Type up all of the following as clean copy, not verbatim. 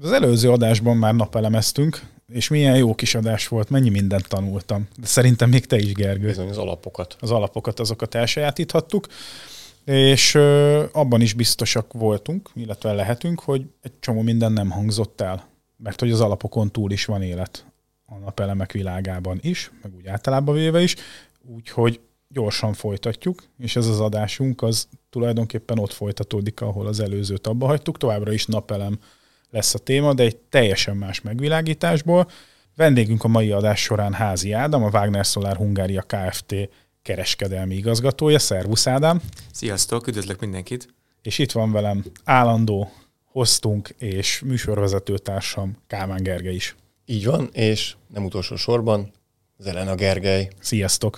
Az előző adásban már napelemeztünk, és milyen jó kis adás volt, mennyi mindent tanultam. De szerintem még te is, Gergő. Bizony, az alapokat. Az alapokat, azokat elsajátíthattuk, és abban is biztosak voltunk, illetve lehetünk, hogy egy csomó minden nem hangzott el, mert hogy az alapokon túl is van élet a napelemek világában is, meg úgy általában véve is, úgyhogy gyorsan folytatjuk, és ez az adásunk az tulajdonképpen ott folytatódik, ahol az előzőt abba hagytuk, továbbra is napelem lesz a téma, de egy teljesen más megvilágításból. Vendégünk a mai adás során Házi Ádám, a Wagner Solar Hungária Kft. Kereskedelmi igazgatója. Szervusz, Ádám! Sziasztok, üdvözlök mindenkit! És itt van velem állandó hoztunk és műsorvezetőtársam Kálmán Gergely is. Így van, és nem utolsó sorban Zelena Gergely. Sziasztok!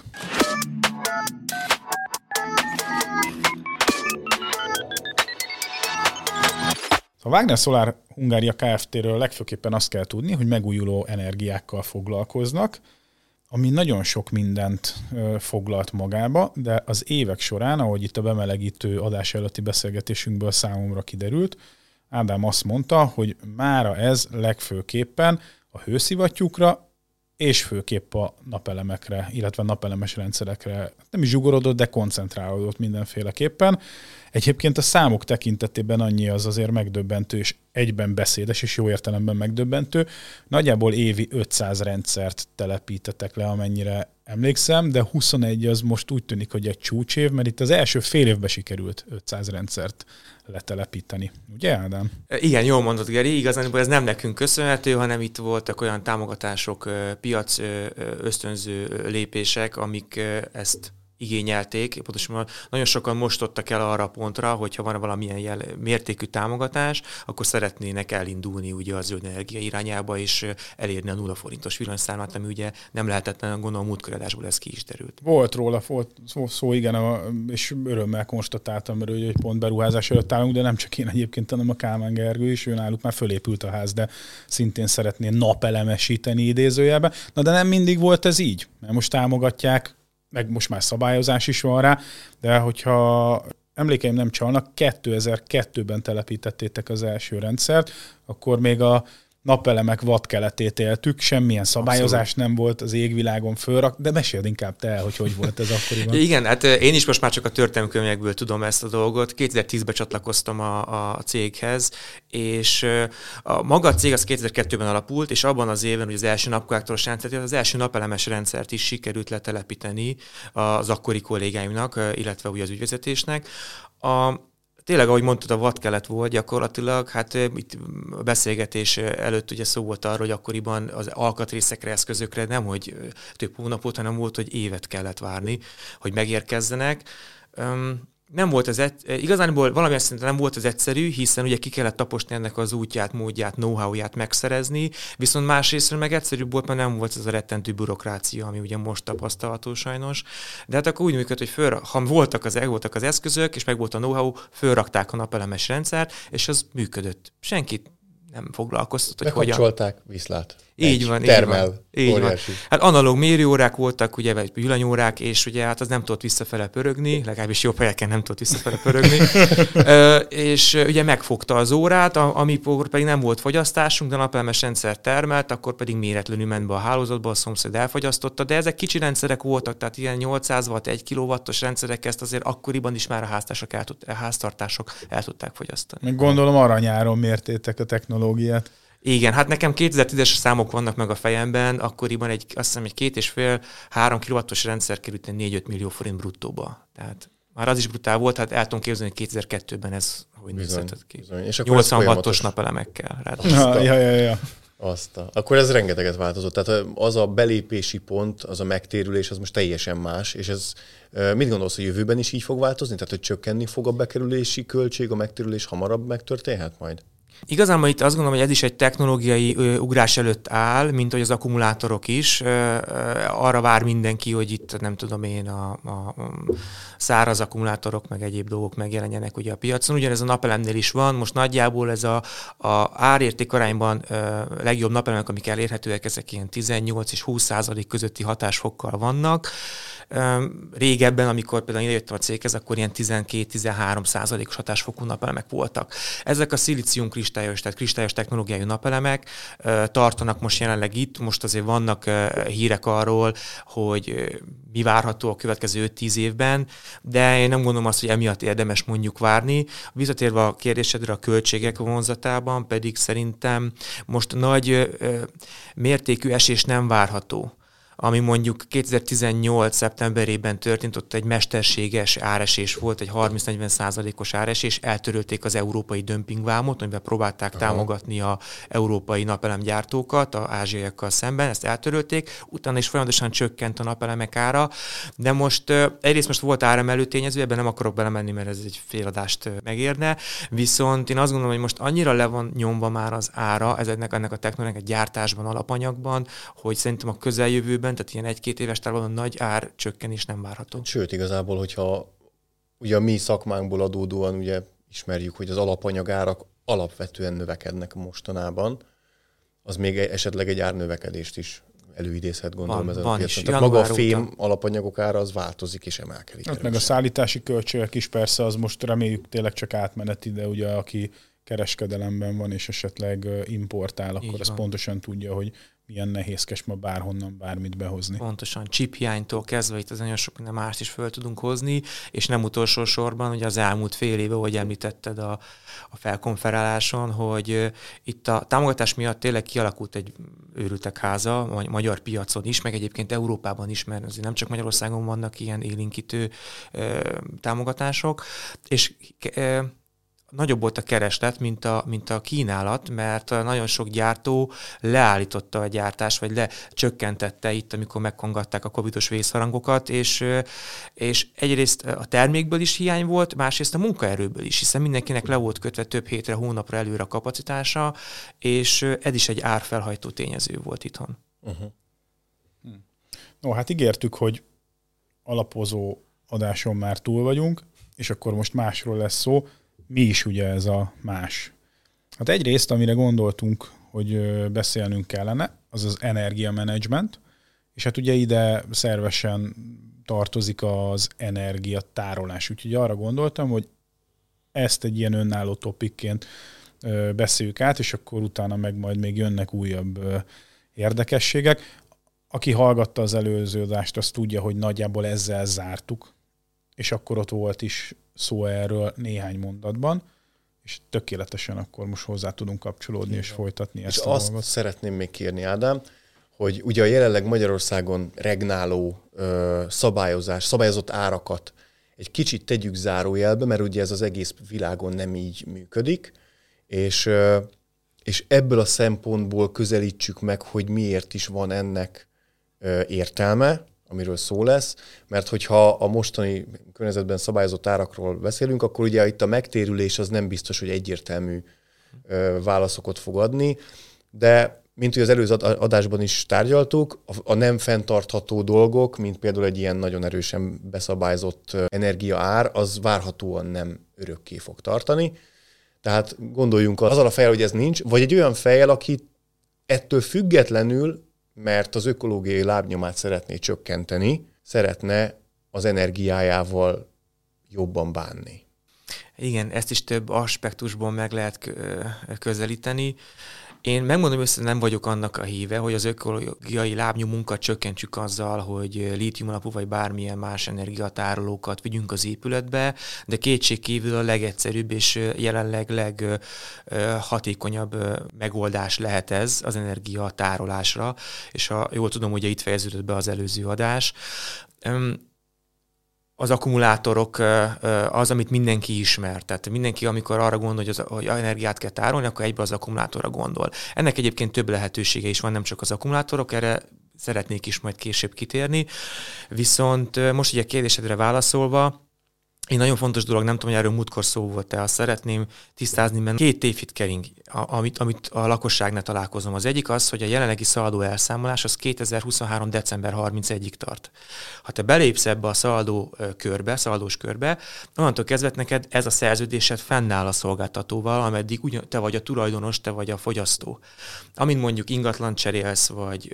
A Wagner Solar Hungária Kft-ről legfőképpen azt kell tudni, hogy megújuló energiákkal foglalkoznak, ami nagyon sok mindent foglalt magába, de az évek során, ahogy itt a bemelegítő adás előtti beszélgetésünkből számomra kiderült, Ádám azt mondta, hogy mára ez legfőképpen a hőszivattyúkra és főképp a napelemekre, illetve napelemes rendszerekre nem is zsugorodott, de koncentrálódott mindenféleképpen. Egyébként a számok tekintetében annyi az azért megdöbbentő, és egyben beszédes, és jó értelemben megdöbbentő. Nagyjából évi 500 rendszert telepítetek le, amennyire emlékszem, de 21 az most úgy tűnik, hogy egy csúcsév, mert itt az első fél évben sikerült 500 rendszert letelepíteni. Ugye, Ádám? Igen, jól mondod, Geri. Igazán ez nem nekünk köszönhető, hanem itt voltak olyan támogatások, piac ösztönző lépések, amik ezt igényelték. Pontosan nagyon sokan mostottak el arra a pontra, hogyha van valamilyen mértékű támogatás, akkor szeretnének elindulni ugye az zöld energia irányába, és elérni a 0 forintos villanyszámlát, ami ugye nem lehetetlen, gondolom múltkori adásból ez ki is derült. Volt róla szó, igen, és örömmel konstatáltam, mert hogy pont beruházás előtt állunk, de nem csak én egyébként, hanem a Kálmán Gergő is, ő náluk már fölépült a ház, de szintén szeretné napelemesíteni idézőjelben. Na de nem mindig volt ez így, mert most támogatják, meg most már szabályozás is van rá, de hogyha emlékeim nem csalnak, 2002-ben telepítettétek az első rendszert, akkor még a napelemek vadkeletét éltük, semmilyen szabályozás Abszolút. nem volt az égvilágon fölrak, de meséld inkább te, hogy volt ez akkoriban. Igen, hát én is most már csak a történelmkönyvekből tudom ezt a dolgot. 2010-ben csatlakoztam a céghez, és maga a cég az 2002-ben alapult, és abban az évben, hogy az első napkollektoros rendszert, az első napelemes rendszert is sikerült letelepíteni az akkori kollégáimnak, illetve ugye az ügyvezetésnek. Tényleg, ahogy mondtad, a vadkelet volt gyakorlatilag, hát itt a beszélgetés előtt ugye szó volt arról, hogy akkoriban az alkatrészekre, eszközökre nem, hogy több hónapot, hanem volt, hogy évet kellett várni, hogy megérkezzenek. Nem volt ez, igazából valamilyen szinten nem volt ez egyszerű, hiszen ugye ki kellett taposni ennek az útját, módját, know-how-ját megszerezni, viszont másrésztről meg egyszerűbb volt, mert nem volt ez a rettentő bürokrácia, ami ugye most tapasztalható sajnos. De hát akkor úgy működött, hogy ha voltak az eszközök, és meg volt a know-how, fölrakták a napelemes rendszert, és az működött. Senkit nem foglalkoztat, hogy hogyan. Bekapcsolták, viszlát. Így van, termel, így van. Hát analóg mérőórák voltak, ugye, vagy villanyórák, és ugye hát az nem tudott visszafele pörögni, legalábbis jobb helyeken nem tudott visszafele pörögni, és ugye megfogta az órát, amikor pedig nem volt fogyasztásunk, de napelemes rendszer termelt, akkor pedig méretlenül ment be a hálózatba, a szomszéd elfogyasztotta, de ezek kicsi rendszerek voltak, tehát ilyen 800 watt, 1 kW-os rendszerek, ezt azért akkoriban is már a háztartások el tudták fogyasztani. Meg gondolom aranyáron mértétek a technológiát. Igen, hát nekem 2010-es számok vannak meg a fejemben, akkoriban azt hiszem egy 2,5-3 kW-os rendszer került 4-5 millió forint bruttóba. Tehát már az is brutál volt, hát el tudom képzelni, hogy 2002-ben ez hogy nézhetett ki. És 80 wattos napelemekkel. Ja. Akkor ez rengeteget változott. Tehát az a belépési pont, az a megtérülés, az most teljesen más, és ez mit gondolsz, hogy jövőben is így fog változni? Tehát, hogy csökkenni fog a bekerülési költség, a megtérülés hamarabb megtörténhet majd? Igazából itt azt gondolom, hogy ez is egy technológiai ugrás előtt áll, mint hogy az akkumulátorok is. Arra vár mindenki, hogy itt nem tudom én a száraz akkumulátorok, meg egyéb dolgok megjelenjenek ugye a piacon. Ugyanez a napelemnél is van. Most nagyjából ez a árérték arányban legjobb napelemek, amik elérhetőek, ezek ilyen 18 és 20% közötti hatásfokkal vannak. Régebben, amikor például jöttem a céghez, akkor ilyen 12-13%-os hatásfokú napelemek voltak. Ezek a szilícium kristályos, tehát kristályos technológiájú napelemek tartanak most jelenleg itt. Most azért vannak hírek arról, hogy mi várható a következő 5-10 évben, de én nem gondolom azt, hogy emiatt érdemes mondjuk várni. Visszatérve a kérdésedre a költségek vonzatában, pedig szerintem most nagy mértékű esés nem várható. Ami mondjuk 2018. szeptemberében történt, ott egy mesterséges áresés volt, egy 30-40%-os áresés, eltörölték az európai dömpingvámot, amivel próbálták támogatni az európai napelemgyártókat az ázsiaiakkal szemben, ezt eltörölték, utána is folyamatosan csökkent a napelemek ára, de most egyrészt most volt áremelő tényező, ebben nem akarok belemenni, mert ez egy féladást megérne, viszont én azt gondolom, hogy most annyira le van nyomva már az ára ennek a technológiának a gyártásban, alapanyagban, hogy szerintem a közeljövőben, tehát ilyen 1-2 éves távon nagy árcsökkenés nem várható. Sőt, igazából, hogyha ugye a mi szakmánkból adódóan ugye ismerjük, hogy az alapanyagárak alapvetően növekednek mostanában, az még esetleg egy árnövekedést is előidézhet, gondolom ezen a piacon. Tehát maga a fém alapanyagok ára az változik és emelkedik. Hát meg a szállítási költségek is persze, az most reméljük tényleg csak átmeneti, de ugye aki kereskedelemben van és esetleg importál, akkor az pontosan tudja, hogy milyen nehézkes ma bárhonnan bármit behozni. Pontosan, chiphiánytól kezdve itt az nagyon sok minden mást is föl tudunk hozni, és nem utolsó sorban, ugye az elmúlt fél éve, ahogy említetted a felkonferáláson, hogy itt a támogatás miatt tényleg kialakult egy őrültek háza, a magyar piacon is, meg egyébként Európában is, mert azért nem csak Magyarországon vannak ilyen élénkítő támogatások, és nagyobb volt a kereslet, mint a kínálat, mert nagyon sok gyártó leállította a gyártást, vagy lecsökkentette itt, amikor megkongatták a covidos vészharangokat, és egyrészt a termékből is hiány volt, másrészt a munkaerőből is, hiszen mindenkinek le volt kötve több hétre, hónapra előre a kapacitása, és ez is egy árfelhajtó tényező volt itthon. No, hát ígértük, hogy alapozó adáson már túl vagyunk, és akkor most másról lesz szó. Mi is ugye ez a más? Hát egyrészt, amire gondoltunk, hogy beszélnünk kellene, az az energiamenedzsment, és hát ugye ide szervesen tartozik az energiatárolás. Úgyhogy arra gondoltam, hogy ezt egy ilyen önálló topikként beszéljük át, és akkor utána meg majd még jönnek újabb érdekességek. Aki hallgatta az előző adást, az tudja, hogy nagyjából ezzel zártuk, és akkor ott volt is szó erről néhány mondatban, és tökéletesen akkor most hozzá tudunk kapcsolódni és folytatni ezt a dolgot. És azt szeretném még kérni, Ádám, hogy ugye a jelenleg Magyarországon regnáló szabályozott árakat egy kicsit tegyük zárójelbe, mert ugye ez az egész világon nem így működik, és ebből a szempontból közelítsük meg, hogy miért is van ennek értelme, amiről szó lesz, mert hogyha a mostani környezetben szabályozott árakról beszélünk, akkor ugye itt a megtérülés az nem biztos, hogy egyértelmű válaszokat fog adni, de mint hogy az előző adásban is tárgyaltuk, a nem fenntartható dolgok, mint például egy ilyen nagyon erősen beszabályozott energiaár, az várhatóan nem örökké fog tartani. Tehát gondoljunk azzal a fejjel, hogy ez nincs, vagy egy olyan fejjel, aki ettől függetlenül, mert az ökológiai lábnyomát szeretné csökkenteni, szeretne az energiájával jobban bánni. Igen, ezt is több aspektusból meg lehet közelíteni. Én megmondom őszintén, nem vagyok annak a híve, hogy az ökológiai lábnyomunkat csökkentsük azzal, hogy lítium alapú vagy bármilyen más energiatárolókat vigyünk az épületbe, de kétségkívül a legegyszerűbb és jelenleg leghatékonyabb megoldás lehet ez az energiatárolásra, és jól tudom, ugye itt fejeződött be az előző adás. Az akkumulátorok az, amit mindenki ismer. Tehát mindenki, amikor arra gondol, hogy energiát kell tárolni, akkor egybe az akkumulátorra gondol. Ennek egyébként több lehetősége is van, nem csak az akkumulátorok, erre szeretnék is majd később kitérni. Viszont most ugye kérdésedre válaszolva, egy nagyon fontos dolog, nem tudom, hogy erről múltkor szó volt-e, azt szeretném tisztázni, mert 2 tévhit kering, amit a lakosságnál találkozom. Az egyik az, hogy a jelenlegi szaladó elszámolás az 2023. december 31-ig tart. Ha te belépsz ebbe a szaldós körbe, onnantól kezdve neked ez a szerződésed fennáll a szolgáltatóval, ameddig te vagy a tulajdonos, te vagy a fogyasztó. Amint mondjuk ingatlan cserélsz,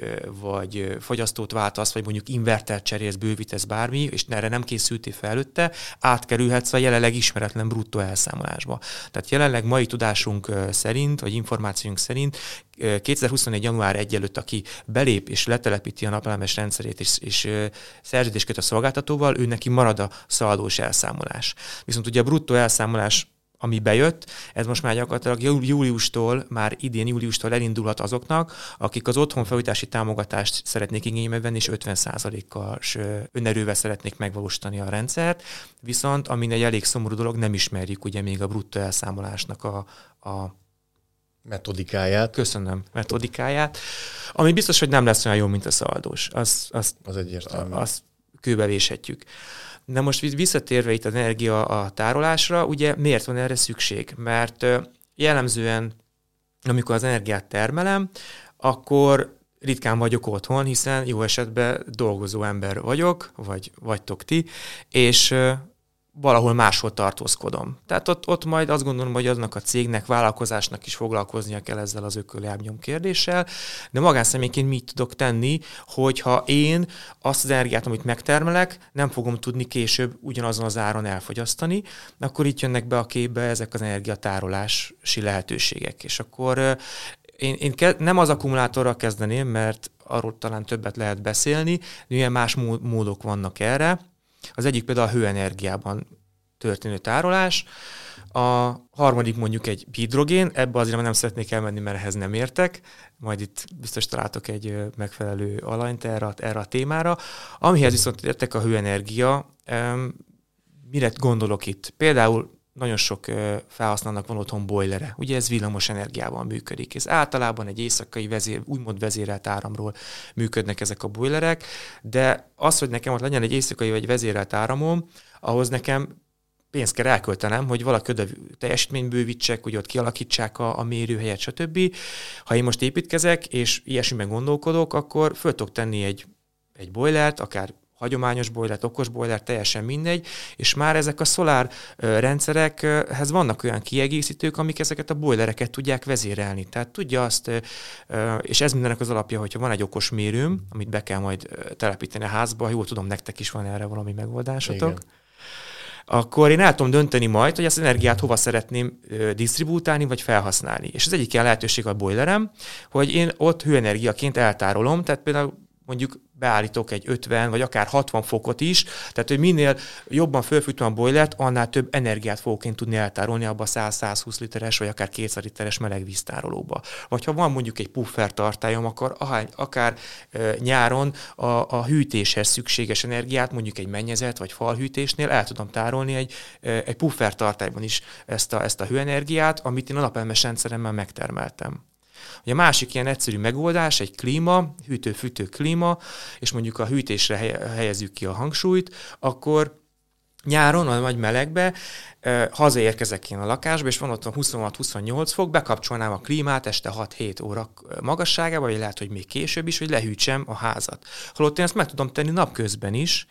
vagy fogyasztót váltasz, vagy mondjuk invertert cserélsz, bővítesz bármi, és erre nem készültél fel előtte, átkerülhetsz a jelenleg ismeretlen bruttó elszámolásba. Tehát jelenleg mai tudásunk szerint, vagy információnk szerint 2021. január 1 előtt, aki belép és letelepíti a napelemes rendszerét és szerződést köt a szolgáltatóval, ő neki marad a szaldós elszámolás. Viszont ugye a bruttó elszámolás, ami bejött, ez most már gyakorlatilag idén júliustól elindulhat azoknak, akik az otthonfelújítási támogatást szeretnék igénybe venni, és 50%-kal önerővel szeretnék megvalósítani a rendszert, viszont amin egy elég szomorú dolog, nem ismerjük ugye még a bruttó elszámolásnak a metodikáját. Köszönöm, metodikáját. Ami biztos, hogy nem lesz olyan jó, mint a szaldós. Az egyértelmű. Azt kőbevéshetjük. De most visszatérve itt az energia a tárolásra, ugye miért van erre szükség? Mert jellemzően, amikor az energiát termelem, akkor ritkán vagyok otthon, hiszen jó esetben dolgozó ember vagyok, vagy vagytok ti, és valahol máshol tartózkodom. Tehát ott majd azt gondolom, hogy aznak a cégnek, vállalkozásnak is foglalkoznia kell ezzel az ökolábnyom kérdéssel, de magánszemélyként mit tudok tenni, hogyha én azt az energiát, amit megtermelek, nem fogom tudni később ugyanazon az áron elfogyasztani, akkor itt jönnek be a képbe ezek az energiatárolási lehetőségek. És akkor én nem az akkumulátorral kezdeném, mert arról talán többet lehet beszélni, de ilyen más módok vannak erre. Az egyik például a hőenergiában történő tárolás, a harmadik mondjuk egy hidrogén, ebbe azért nem szeretnék elmenni, mert ehhez nem értek, majd itt biztos találtok egy megfelelő alanyt erre a témára. Amihez viszont értek a hőenergia, mire gondolok itt? Például nagyon sok felhasználnak van otthon bojlere. Ugye ez villamos energiával működik. Ez általában egy éjszakai úgymond vezérelt áramról működnek ezek a bojlerek, de az, hogy nekem ott legyen egy éjszakai vagy vezérelt áramom, ahhoz nekem pénzt kell elköltenem, hogy valaki oda teljesítményt bővítsek, hogy ott kialakítsák a mérőhelyet, stb. Ha én most építkezek, és ilyesmiben gondolkodok, akkor föl tudok tenni egy bojlert, akár hagyományos bojlert, okos bojlert, teljesen mindegy, és már ezek a szolár rendszerekhez vannak olyan kiegészítők, amik ezeket a bojlereket tudják vezérelni. Tehát tudja azt, és ez mindennek az alapja, hogyha van egy okos mérőm, amit be kell majd telepíteni a házba, jól tudom, nektek is van erre valami megoldásotok. Igen. Akkor én el tudom dönteni majd, hogy ezt az energiát hova szeretném disztribútálni, vagy felhasználni. És az egyik ilyen lehetőség a bojlerem, hogy én ott hőenergiaként eltárolom, tehát például mondjuk beállítok egy 50 vagy akár 60 fokot is, tehát hogy minél jobban fölfűtöm a bojlert, annál több energiát fogok én tudni eltárolni abba a 100-120 literes vagy akár 200 literes melegvíztárolóba. Vagy ha van mondjuk egy puffer tartályom, akkor akár nyáron a hűtéshez szükséges energiát, mondjuk egy mennyezet vagy falhűtésnél el tudom tárolni egy puffer tartályban is ezt a hőenergiát, amit én a napelemes rendszeremmel megtermeltem. Ugye a másik ilyen egyszerű megoldás, egy klíma, hűtő-fűtő klíma, és mondjuk a hűtésre helyezzük ki a hangsúlyt, akkor nyáron, vagy melegbe hazaérkezek én a lakásba, és van ott 26-28 fok, bekapcsolnám a klímát este 6-7 óra magasságába, vagy lehet, hogy még később is, hogy lehűtsem a házat. Holott én ezt meg tudom tenni napközben is,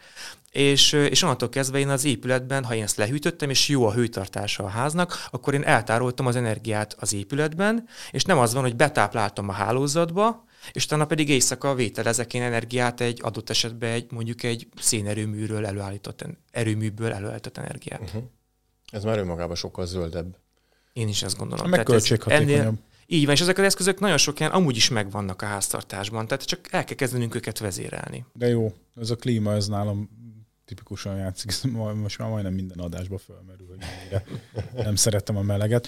és onnantól kezdve én az épületben, ha én ezt lehűtöttem, és jó a hőtartása a háznak, akkor én eltároltam az energiát az épületben, és nem az van, hogy betápláltam a hálózatba, és utána pedig éjszaka vételezek én energiát adott esetben mondjuk egy szénerőműből előállított energiát. Uh-huh. Ez már önmagában sokkal zöldebb. Én is ezt gondolom. Meg költséghatékonyabb. Így van, és ezek az eszközök nagyon sok ilyen amúgy is megvannak a háztartásban, tehát csak el kell kezdenünk őket vezérelni. De jó, ez a klíma, ez nálam tipikusan játszik, most már majdnem minden adásba fölmerül, hogy nem szeretem a meleget.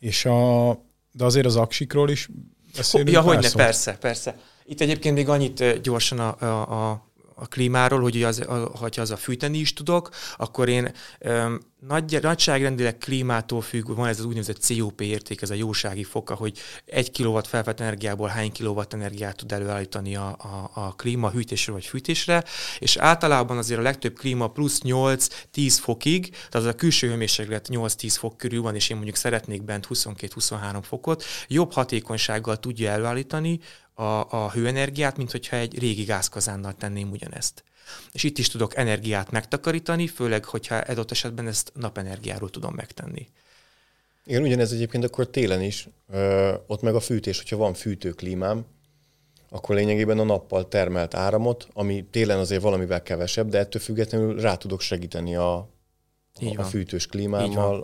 De azért az aksikról is beszélünk. Ja, hogyne, persze. Itt egyébként még annyit gyorsan a klímáról, hogy ha fűteni is tudok, akkor én nagyságrendileg klímától függ, van ez az úgynevezett COP érték, ez a jósági foka, hogy 1 kW felvett energiából hány kilowatt energiát tud előállítani a klíma hűtésre vagy fűtésre, és általában azért a legtöbb klíma plusz 8-10 fokig, tehát az a külső hőmérséklet 8-10 fok körül van, és én mondjuk szeretnék bent 22-23 fokot, jobb hatékonysággal tudja előállítani a hőenergiát, mint hogyha egy régi gázkazánnal tenném ugyanezt. És itt is tudok energiát megtakarítani, főleg, hogyha adott esetben ezt napenergiáról tudom megtenni. Igen, ugyanez egyébként akkor télen is. Ott meg a fűtés, hogyha van fűtőklímám, akkor lényegében a nappal termelt áramot, ami télen azért valamivel kevesebb, de ettől függetlenül rá tudok segíteni a fűtős klímámmal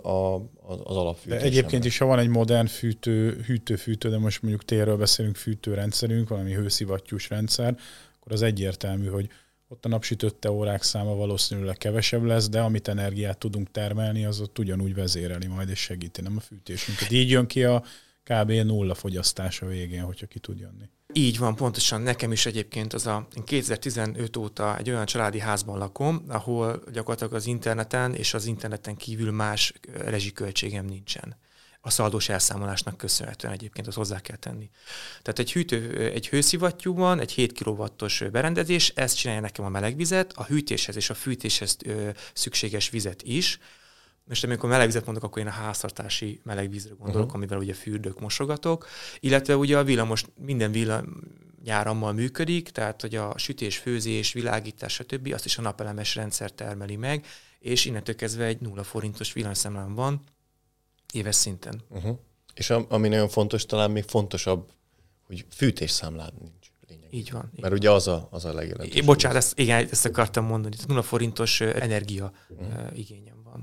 az alapfűtésemben. De egyébként is, ha van egy modern hűtő, de most mondjuk térről beszélünk, fűtőrendszerünk, valami hőszivattyús rendszer, akkor az egyértelmű, hogy ott a napsütötte órák száma valószínűleg kevesebb lesz, de amit energiát tudunk termelni, az ott ugyanúgy vezéreli majd, és segíti, nem a fűtésünket. Így jön ki a kb. Nulla fogyasztás a végén, hogyha ki tud jönni. Így van, pontosan. Nekem is egyébként én 2015 óta egy olyan családi házban lakom, ahol gyakorlatilag az interneten és az interneten kívül más rezsiköltségem nincsen. A szaldós elszámolásnak köszönhetően egyébként, azt hozzá kell tenni. Tehát egy hőszivattyúban, egy 7 kW-os berendezés, ezt csinálja nekem a melegvizet, a hűtéshez és a fűtéshez szükséges vizet is. Most amikor melegvizet mondok, akkor én a háztartási melegvízre gondolok, amivel ugye fürdök, mosogatok, illetve ugye a villamos, minden villamnyárammal működik, tehát hogy a sütés, főzés, világítás, stb. Azt is a napelemes rendszer termeli meg, és innentől kezdve egy 0 forintos villanyszámlám van éves szinten. És ami nagyon fontos, talán még fontosabb, hogy fűtésszámlád nincs. Így van. Mert ugye az a legjelentősebb. Bocsánat, ezt akartam mondani. 0 forintos energia igényem van.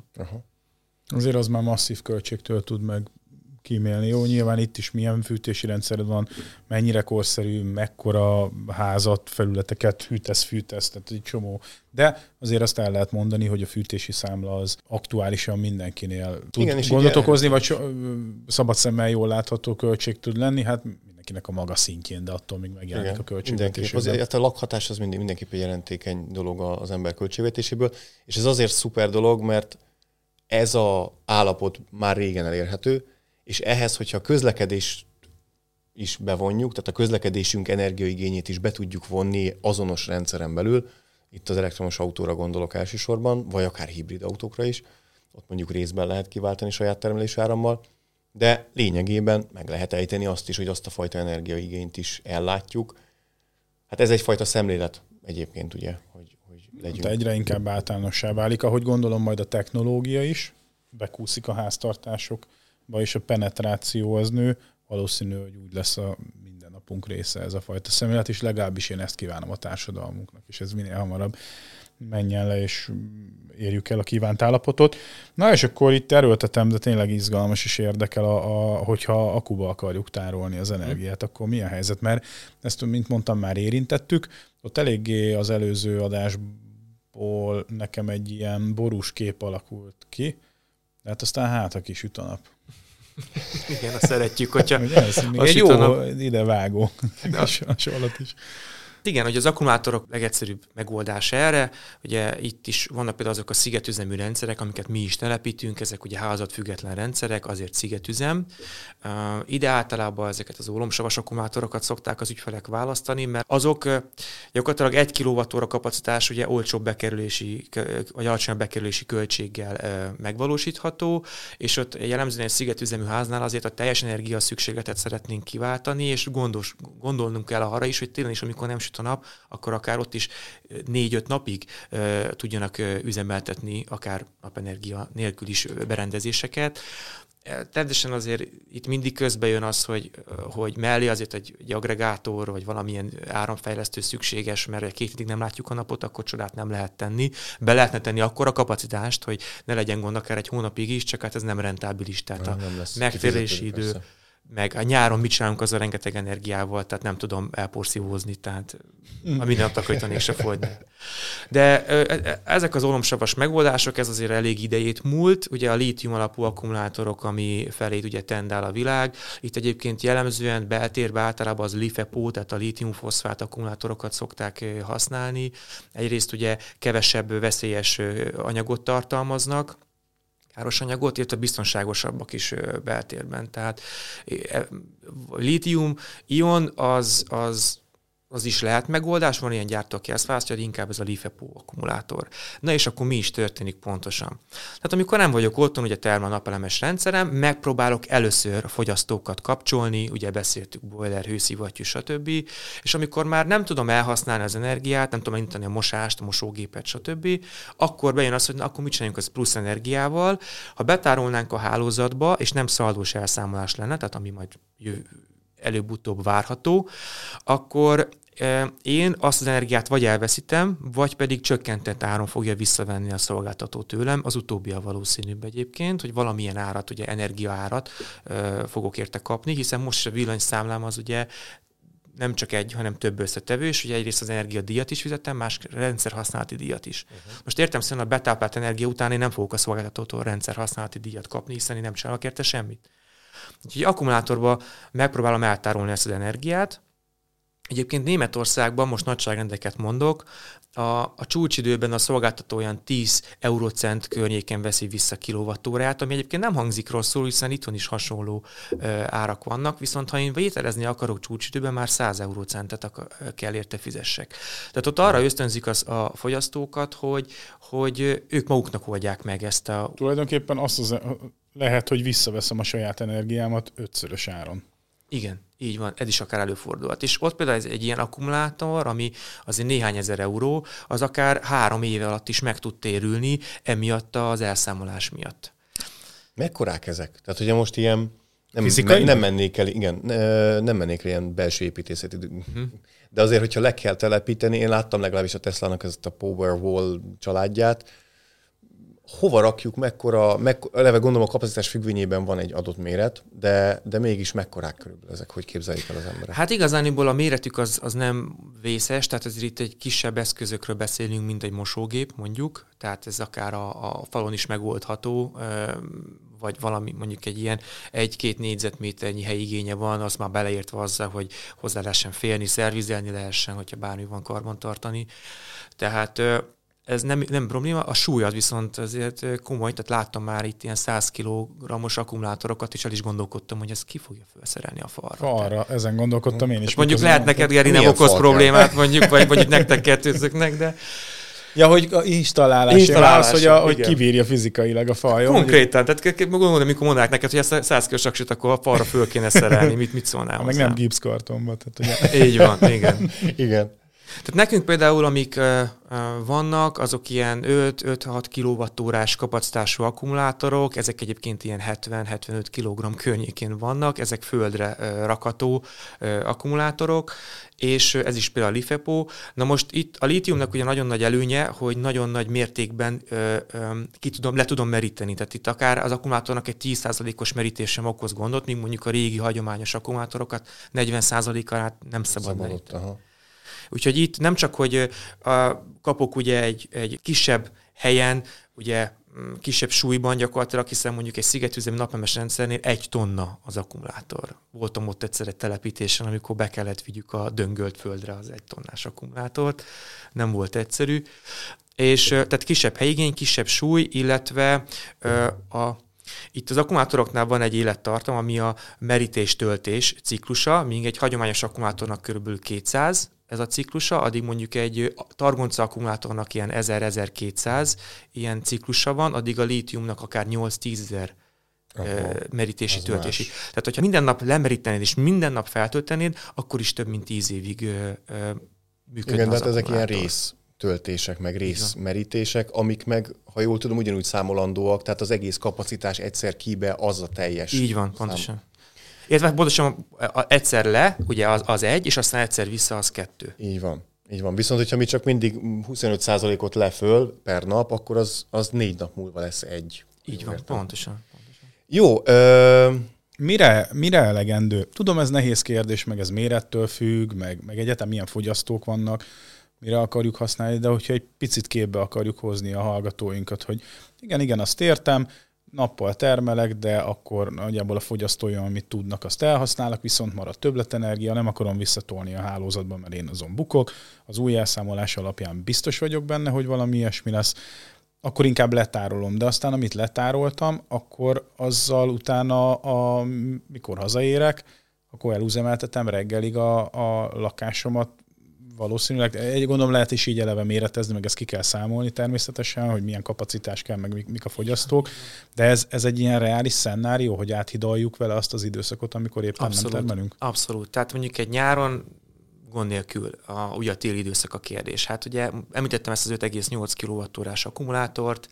Azért az már masszív költségtől tud meg kímélni. Jó, nyilván itt is milyen fűtési rendszered van, mennyire korszerű, mekkora házat, felületeket fűtesz, tehát egy csomó. De azért azt el lehet mondani, hogy a fűtési számla az aktuálisan mindenkinél tud gondot okozni, vagy szabad szemmel jól látható költség tud lenni, hát mindenkinek a maga szintjén, de attól még megjelenik a költségvetésében. A lakhatás az mindenképp egy jelentékeny dolog az ember költségvetéséből, és ez azért szuper dolog, mert ez az állapot már régen elérhető, és ehhez, hogyha a közlekedést is bevonjuk, tehát a közlekedésünk energiaigényét is be tudjuk vonni azonos rendszeren belül, itt az elektromos autóra gondolok elsősorban, vagy akár hibrid autókra is, ott mondjuk részben lehet kiváltani saját termelésű árammal, de lényegében meg lehet ejteni azt is, hogy azt a fajta energiaigényt is ellátjuk. Hát ez egyfajta szemlélet egyébként, ugye, hogy legyünk. De egyre inkább általánossá válik, ahogy gondolom majd a technológia is, bekúszik a háztartásokba, és a penetráció az nő, valószínű, hogy úgy lesz a mindennapunk része ez a fajta szemlélet, és legalábbis én ezt kívánom a társadalmunknak, és ez minél hamarabb menjen le, és érjük el a kívánt állapotot. Na és akkor itt erőltetem, de tényleg izgalmas és érdekel, hogyha akuba akarjuk tárolni az energiát, akkor mi a helyzet? Mert ezt, mint mondtam, már érintettük. Ott eléggé az előző adásból nekem egy ilyen borús kép alakult ki, de hát aztán a kisüt a nap. Igen, azt szeretjük, hogyha egy jó idevágó hasonlat is. Igen, hogy az akkumulátorok legegyszerűbb megoldása erre, ugye itt is vannak például azok a szigetüzemű rendszerek, amiket mi is telepítünk, ezek ugye házatfüggetlen rendszerek, azért szigetüzem. Ide általában ezeket az ólomsavas akkumulátorokat szokták az ügyfelek választani, mert azok gyakorlatilag 1 kWh kapacitás ugye olcsóbb bekerülési, vagy alacsonyabb bekerülési költséggel megvalósítható, és ott jellemzően egy szigetüzemű háznál azért a teljes energia szükségletet szeretnénk kiváltani, és gondolnunk kell arra is, hogy tényleg is, amikor nem süt a nap, akkor akár ott is 4-5 napig tudjanak üzemeltetni, akár napenergia nélkül is berendezéseket. Természetesen azért itt mindig közbe jön az, hogy mellé azért egy agregátor, vagy valamilyen áramfejlesztő szükséges, mert 2 hétig nem látjuk a napot, akkor csodát nem lehet tenni. Be lehetne tenni akkora kapacitást, hogy ne legyen gond akár egy hónapig is, csak hát ez nem rentábilis. Tehát a megtérülési idő meg a nyáron mit csinálunk az a rengeteg energiával, tehát nem tudom elporszívózni, tehát a minden nap takarítanék se fogyni. De ezek az ólomsavas megoldások, ez azért elég idejét múlt. Ugye a lítium alapú akkumulátorok, ami felé ugye tendál a világ. Itt egyébként jellemzően beltérben általában az LiFePO, tehát a lítium-foszfát akkumulátorokat szokták használni. Egyrészt ugye kevesebb veszélyes anyagot tartalmaznak, káros anyagot, illetve biztonságosabbak is beltérben. Tehát lítium-ion az is lehet megoldás, van ilyen gyártó, aki ezt választja, hogy inkább ez a LiFePO akkumulátor. Na és akkor mi is történik pontosan? Tehát amikor nem vagyok otthon, ugye termel napelemes rendszerem, megpróbálok először a fogyasztókat kapcsolni, ugye beszéltük boiler, hőszivattyú, stb. És amikor már nem tudom elhasználni az energiát, nem tudom elindítani a mosást, a mosógépet, stb., akkor bejön az, hogy na, akkor mit csináljunk az plusz energiával. Ha betárolnánk a hálózatba, és nem szaldós elszámolás lenne, tehát ami majd előbb-utóbb várható, akkor én azt az energiát vagy elveszítem, vagy pedig csökkentett áron fogja visszavenni a szolgáltató tőlem. Az utóbbi a valószínűbb egyébként, hogy valamilyen árat, ugye energiaárat fogok érte kapni, hiszen most a villanyszámlám az ugye nem csak egy, hanem több összetevő, és ugye egyrészt az energiadíjat is fizettem, más rendszerhasználati díjat is. Most értem szerint a betáplált energia után én nem fogok a szolgáltatótól rendszerhasználati díjat kapni, hiszen én nem csinálok érte semmit. Úgyhogy akkumulátorban megpróbálom eltárolni ezt az energiát. Egyébként Németországban, most nagyságrendeket mondok, a csúcsidőben a szolgáltató olyan 10 eurocent környéken veszi vissza kilovattórát, ami egyébként nem hangzik rosszul, hiszen itthon is hasonló árak vannak, viszont ha én vételezni akarok csúcsidőben, már 100 eurocentet kell érte fizessek. Tehát ott arra ösztönzik a fogyasztókat, hogy ők maguknak oldják meg ezt a... Tulajdonképpen lehet, hogy visszaveszem a saját energiámat 5-szörös áron. Igen, így van, ez is akár előfordulhat. És ott például egy ilyen akkumulátor, ami azért néhány ezer euró, az akár 3 év alatt is meg tud térülni, emiatt az elszámolás miatt. Mekkorák ezek? Tehát ugye most ilyen nem mennék el ilyen belső építészeti. De azért, hogyha le kell telepíteni, én láttam legalábbis a Teslának ezt a Powerwall családját, hova rakjuk, eleve gondolom a kapacitás függvényében van egy adott méret, de mégis mekkorák körülbelül ezek, hogy képzeljék el az emberek? Hát igazániból a méretük az nem vészes, tehát ezért itt egy kisebb eszközökről beszélünk, mint egy mosógép mondjuk, tehát ez akár a falon is megoldható, vagy valami mondjuk egy ilyen 1-2 négyzetméternyi helyigénye van, az már beleértve azzal, hogy hozzá lehessen férni, szervizelni lehessen, hogyha bármi van karbantartani. Tehát ez nem probléma, a súly az viszont azért komoly, tehát láttam már itt ilyen 100 kg-os akkumulátorokat, és el is gondolkodtam, hogy ezt ki fogja felszerelni a falra. Falra, ezen gondolkodtam én is. Mondjuk lehet neked, Geri, nem okoz problémát, mondjuk, vagy mondjuk nektek kettőzöknek, de... Ja, hogy installálás, hogy kibírja fizikailag a faljon. Konkrétan, tehát gondolom, amikor mondják neked, hogy ezt 100 kg saksit, akkor a falra föl kéne szerelni, mit szólnál hozzá? Meg nem gipszkartonba. Tehát, ugye... Így van, igen. Igen. Tehát nekünk például, amik vannak, azok ilyen 5-6 kWh kapacitású akkumulátorok, ezek egyébként ilyen 70-75 kg környékén vannak, ezek földre rakható akkumulátorok, és ez is például a LiFePO. Na most itt a lítiumnak ugye nagyon nagy előnye, hogy nagyon nagy mértékben le tudom meríteni. Tehát itt akár az akkumulátornak egy 10%-os merítés sem okoz gondot, míg mondjuk a régi hagyományos akkumulátorokat 40%-át nem szabad meríteni. Úgyhogy itt nem csak, hogy kapok ugye egy kisebb helyen, ugye kisebb súlyban gyakorlatilag, hiszen mondjuk egy szigetüzemi napelemes rendszernél 1 tonna az akkumulátor. Voltam ott egyszer egy telepítésen, amikor be kellett vigyük a döngölt földre az 1 tonnás akkumulátort. Nem volt egyszerű. És tehát kisebb helyigény, kisebb súly, illetve itt az akkumulátoroknál van egy élettartam, ami a merítés-töltés ciklusa, míg egy hagyományos akkumulátornak körülbelül 200 ez a ciklusa, addig mondjuk egy targonca akkumulátornak ilyen 1000-1200 ilyen ciklusa van, addig a lítiumnak akár 8-10 ezer merítési, töltési. Más. Tehát, hogyha minden nap lemerítenéd és minden nap feltöltenéd, akkor is több mint 10 évig működne. Igen, de ezek ilyen résztöltések, meg részmerítések, amik meg, ha jól tudom, ugyanúgy számolandóak, tehát az egész kapacitás egyszer kibe az a teljes. Így van, pontosan. Illetve pontosan egyszer le, ugye az 1, és aztán egyszer vissza az 2. Így van. Így van. Viszont, hogyha mi csak mindig 25%-ot leföl per nap, akkor az 4 nap múlva lesz 1. Így van, pontosan. Jó, mire elegendő? Tudom, ez nehéz kérdés, meg ez mérettől függ, meg egyetem milyen fogyasztók vannak, mire akarjuk használni, de hogyha egy picit képbe akarjuk hozni a hallgatóinkat, hogy igen, azt értem, nappal termelek, de akkor nagyjából a fogyasztóim, amit tudnak, azt elhasználnak, viszont marad többletenergia, nem akarom visszatolni a hálózatba, mert én azon bukok. Az új elszámolás alapján biztos vagyok benne, hogy valami ilyesmi lesz, akkor inkább letárolom. De aztán, amit letároltam, akkor azzal utána, mikor hazaérek, akkor elüzemeltetem reggelig a lakásomat. Valószínűleg, gondolom lehet is így eleve méretezni, meg ezt ki kell számolni természetesen, hogy milyen kapacitás kell, meg mik a fogyasztók, de ez egy ilyen reális szenárió, hogy áthidaljuk vele azt az időszakot, amikor éppen abszolút, nem termelünk? Abszolút. Tehát mondjuk egy nyáron gond nélkül ugye a téli időszak a kérdés. Hát ugye említettem ezt az 5,8 kWh-s akkumulátort.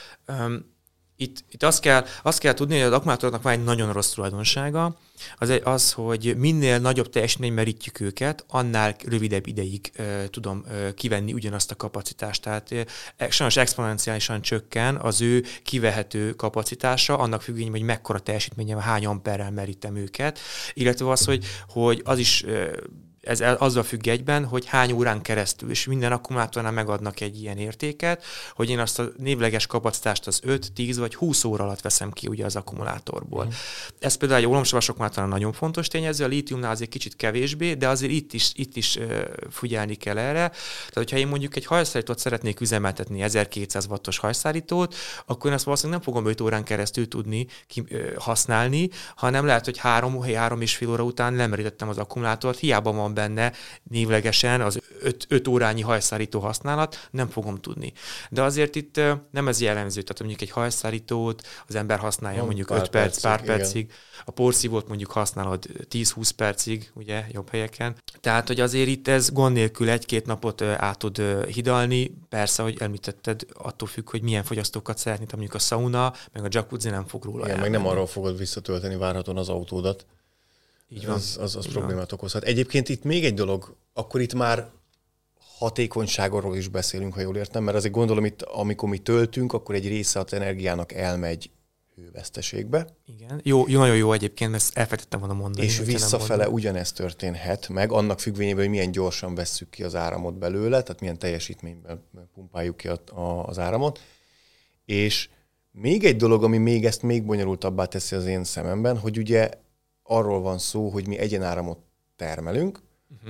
Itt azt kell tudni, hogy az akkumulátoroknak van egy nagyon rossz tulajdonsága, az, hogy minél nagyobb teljesítmény merítjük őket, annál rövidebb ideig tudom kivenni ugyanazt a kapacitást. Tehát sajnos exponenciálisan csökken az ő kivehető kapacitása, annak függvényében, hogy mekkora teljesítményem, hány amperrel merítem őket, illetve az, hogy az is ez azzal függ egyben, hogy hány órán keresztül, és minden akkumulátornál megadnak egy ilyen értéket, hogy én azt a névleges kapacitást az 5, 10 vagy 20 óra alatt veszem ki ugye az akkumulátorból. Ez például egy ólomsavas akkumulátornál nagyon fontos tényező, a lítiumnál azért kicsit kevésbé, de azért itt is figyelni kell erre. Tehát, hogyha én mondjuk egy hajszárítót szeretnék üzemeltetni, 1200 wattos hajszárítót, akkor én azt valószínűleg nem fogom 5 órán keresztül tudni használni, hanem lehet, hogy 3,5 óra után lemerítettem az akkumulátort, hiába van benne névlegesen az 5 órányi hajszárító használat, nem fogom tudni. De azért itt nem ez jellemző, tehát mondjuk egy hajszárítót az ember használja mondjuk 5 perc, pár percig, a porszívót mondjuk használod 10-20 percig, ugye, jobb helyeken. Tehát, hogy azért itt ez gond nélkül 1-2 napot át tud hidalni, persze, hogy említetted, attól függ, hogy milyen fogyasztókat szeretnéd, mondjuk a sauna, meg a jacuzzi nem fog róla elmenni. Meg nem arról fogod visszatölteni várhatóan az autódat. Így van. Az problémát okozhat. Egyébként itt még egy dolog, akkor itt már hatékonyságról is beszélünk, ha jól értem, mert azért gondolom itt, amikor mi töltünk, akkor egy része az energiának elmegy hőveszteségbe. Igen. Nagyon jó egyébként, mert elfelejtettem volna mondani. És visszafele ugyanezt történhet meg, annak függvényében, hogy milyen gyorsan vesszük ki az áramot belőle, tehát milyen teljesítményben pumpáljuk ki az áramot. És még egy dolog, ami még ezt még bonyolultabbá teszi az én szememben, hogy ugye arról van szó, hogy mi egyenáramot termelünk,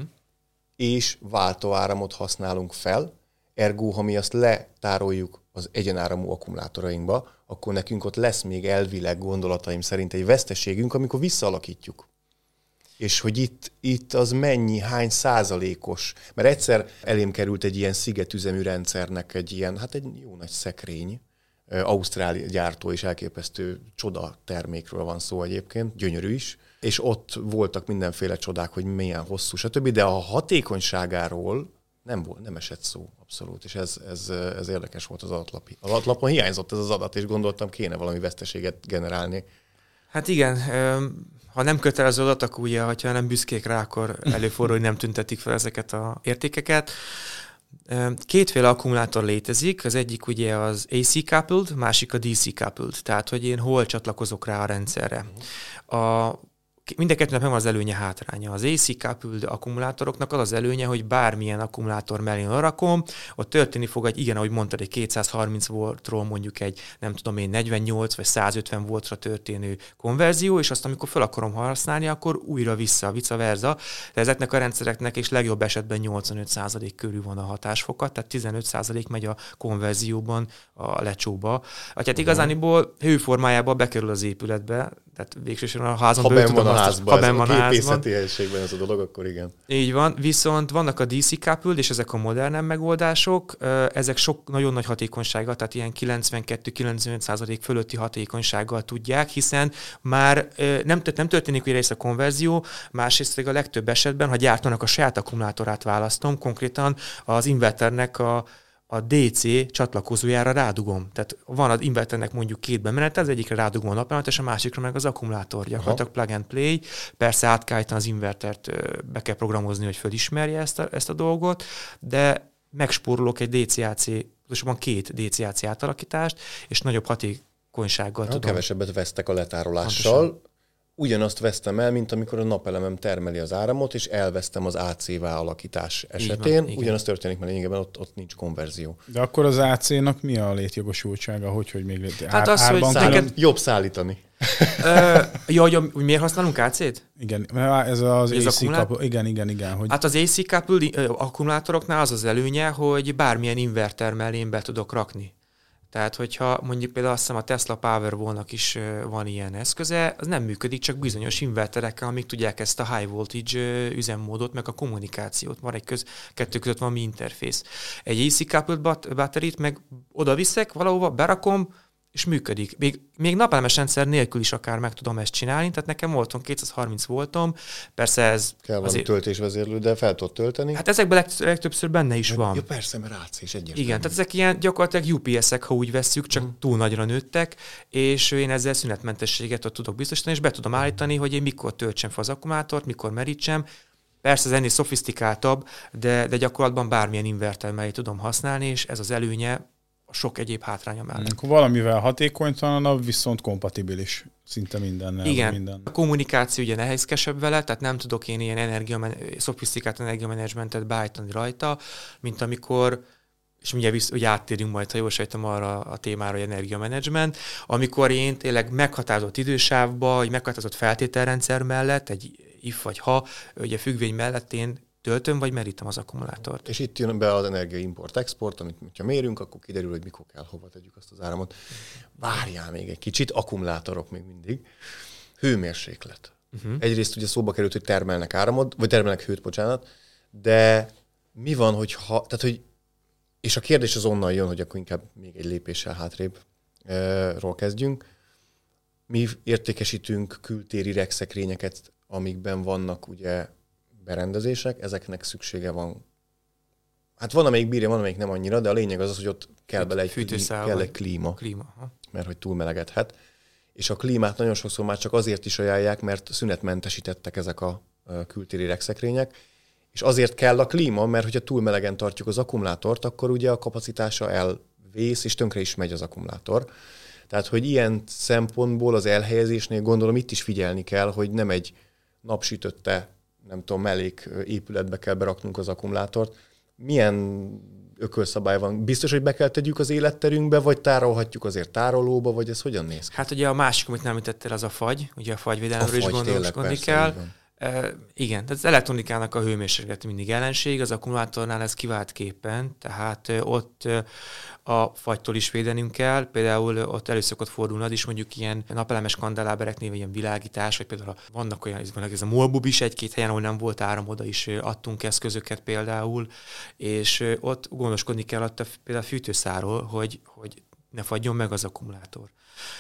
és váltóáramot használunk fel, ergo, ha mi azt letároljuk az egyenáramú akkumulátorainkba, akkor nekünk ott lesz még elvileg gondolataim szerint egy veszteségünk, amikor visszaalakítjuk. És hogy itt az mennyi, hány százalékos, mert egyszer elém került egy ilyen szigetüzemű rendszernek egy ilyen, hát egy jó nagy szekrény, ausztrál gyártó és elképesztő csoda termékről van szó egyébként, gyönyörű is, és ott voltak mindenféle csodák, hogy milyen hosszú, stb., de a hatékonyságáról nem esett szó abszolút, és ez érdekes volt az adatlap. Az adatlapon hiányzott ez az adat, és gondoltam, kéne valami veszteséget generálni. Hát igen, ha nem kötelező adat, akkor ugye, ha nem büszkék rá, akkor előfordul, hogy nem tüntetik fel ezeket az értékeket. Kétféle akkumulátor létezik, az egyik ugye az AC coupled, másik a DC coupled, tehát hogy én hol csatlakozok rá a rendszerre. Mind a kettőnek megvan az előnye, hátránya. Az AC coupled akkumulátoroknak az előnye, hogy bármilyen akkumulátor mellé rakom, ott történni fog igen, ahogy mondtad, egy 230 voltról mondjuk egy, nem tudom én, 48 vagy 150 voltra történő konverzió, és azt, amikor fel akarom használni, akkor újra vissza, vice versa. De ezeknek a rendszereknek és legjobb esetben 85% körül van a hatásfoka, tehát 15% megy a konverzióban a lecsóba. Hát igazániból hőformájában bekerül az épületbe, tehát végsősorban a házon belül tudom ha benn van a gépészeti helyiségben ez a dolog, akkor igen. Így van, viszont vannak a DC coupled, és ezek a modernebb megoldások, ezek sok nagyon nagy hatékonysággal, tehát ilyen 92-95% fölötti hatékonysággal tudják, hiszen már nem történik egyrészt a konverzió, másrészt a legtöbb esetben, ha gyártanak a saját akkumulátorát választom, konkrétan az inverternek a DC csatlakozójára rádugom. Tehát van az inverternek mondjuk 2 bemenete, az egyikre rádugom a napelemet, és a másikra meg az akkumulátor. Gyakorlatilag plug and play. Persze át kell az invertert, be kell programozni, hogy fölismerje ezt a dolgot, de megspórolok egy DCAC, pontosabban 2 DCAC átalakítást, és nagyobb hatékonysággal tudom. Kevesebbet vesztek a letárolással, ugyanazt vesztem el, mint amikor a napelemem termeli az áramot, és elvesztem az AC-vá alakítás esetén. Van, ugyanazt történik, mert lényegében ott nincs konverzió. De akkor az AC-nak mi a létjogosultsága, hogy még Hát az, hogy neked jobb szállítani. hogy miért használunk AC-t? Igen, ez az AC couple. Igen. Hogy... Hát az AC couple akkumulátoroknál az az előnye, hogy bármilyen inverter mellé én be tudok rakni. Tehát, hogyha mondjuk például azt hiszem a Tesla Powerwall-nak is van ilyen eszköze, az nem működik, csak bizonyos inverterekkel, amik tudják ezt a high voltage üzemmódot, meg a kommunikációt. Van kettő között van mi interfész. Egy AC coupled batteryt meg oda viszek valahova, berakom, és működik. Még napelemes rendszer nélkül is akár meg tudom ezt csinálni, tehát nekem volton 230 voltom, persze ez... Kell valami töltésvezérlő, de fel tudod tölteni. Hát ezekben legtöbbször benne is van. Ja, persze, mert AC is egyértelmű. Igen, tehát ezek ilyen gyakorlatilag UPS-ek, ha úgy vesszük, csak túl nagyra nőttek, és én ezzel szünetmentességet ott tudok biztosítani, és be tudom állítani, hogy én mikor töltsem fel az akkumulátort, mikor merítsem. Persze ez ennél szofisztikáltabb, de gyakorlatban bármilyen inverter mellé tudom használni, és ez az előnye a sok egyéb hátránya mellett. Akkor valamivel hatékonytalanabb, viszont kompatibilis szinte mindennel. Igen, minden. A kommunikáció ugye nehézkesebb vele, tehát nem tudok én ilyen szofisztikált energiamenedzsmentet beállítani rajta, mint amikor, és mindjárt ugye áttérünk majd, ha jól sejtem arra a témára, hogy energiamenedzsment, amikor én tényleg meghatározott idősávba, vagy meghatározott feltételrendszer mellett, egy if vagy ha, ugye függvény mellett én töltöm, vagy merítem az akkumulátort. És itt jön be az energia import-export, amit ha mérünk, akkor kiderül, hogy mikor kell, hova tegyük azt az áramot. Várjál még egy kicsit, akkumulátorok még mindig. Hőmérséklet. Egyrészt ugye szóba került, hogy termelnek áramot, vagy termelnek hőt, bocsánat, de mi van, hogyha, tehát hogy, és a kérdés az onnan jön, hogy akkor inkább még egy lépéssel hátrébről kezdjünk. Mi értékesítünk kültéri regszekrényeket, amikben vannak ugye berendezések, ezeknek szüksége van. Hát van, amelyik bírja, van, amelyik nem annyira, de a lényeg az, hogy ott kell bele egy klíma. Mert hogy túlmelegedhet. És a klímát nagyon sokszor már csak azért is ajánlják, mert szünetmentesítettek ezek a kültéri regszekrények, és azért kell a klíma, mert hogyha túl melegen tartjuk az akkumulátort, akkor ugye a kapacitása elvész, és tönkre is megy az akkumulátor. Tehát, hogy ilyen szempontból az elhelyezésnél gondolom itt is figyelni kell, hogy nem egy napsütötte, nem tudom, mellék épületbe kell beraknunk az akkumulátort. Milyen ökölszabály van? Biztos, hogy be kell tegyük az életterünkbe, vagy tárolhatjuk azért tárolóba, vagy ez hogyan néz ki? Hát ugye a másik, amit nem említettél, az a fagy. Ugye a fagyvédelemről is gondoskodni kell. Igen, tehát az elektronikának a hőmérséklet mindig ellenség, az akkumulátornál ez kiváltképpen, tehát ott a fagytól is védenünk kell, például ott elő szokott fordulni az is mondjuk ilyen napelemes kandelábereknél, vagy ilyen világítás, vagy például vannak olyan, ez a molbub is egy-két helyen, ahol nem volt áram, oda is adtunk eszközöket például, és ott gondoskodni kell ott például a fűtőszáról, hogy ne fagyjon meg az akkumulátor.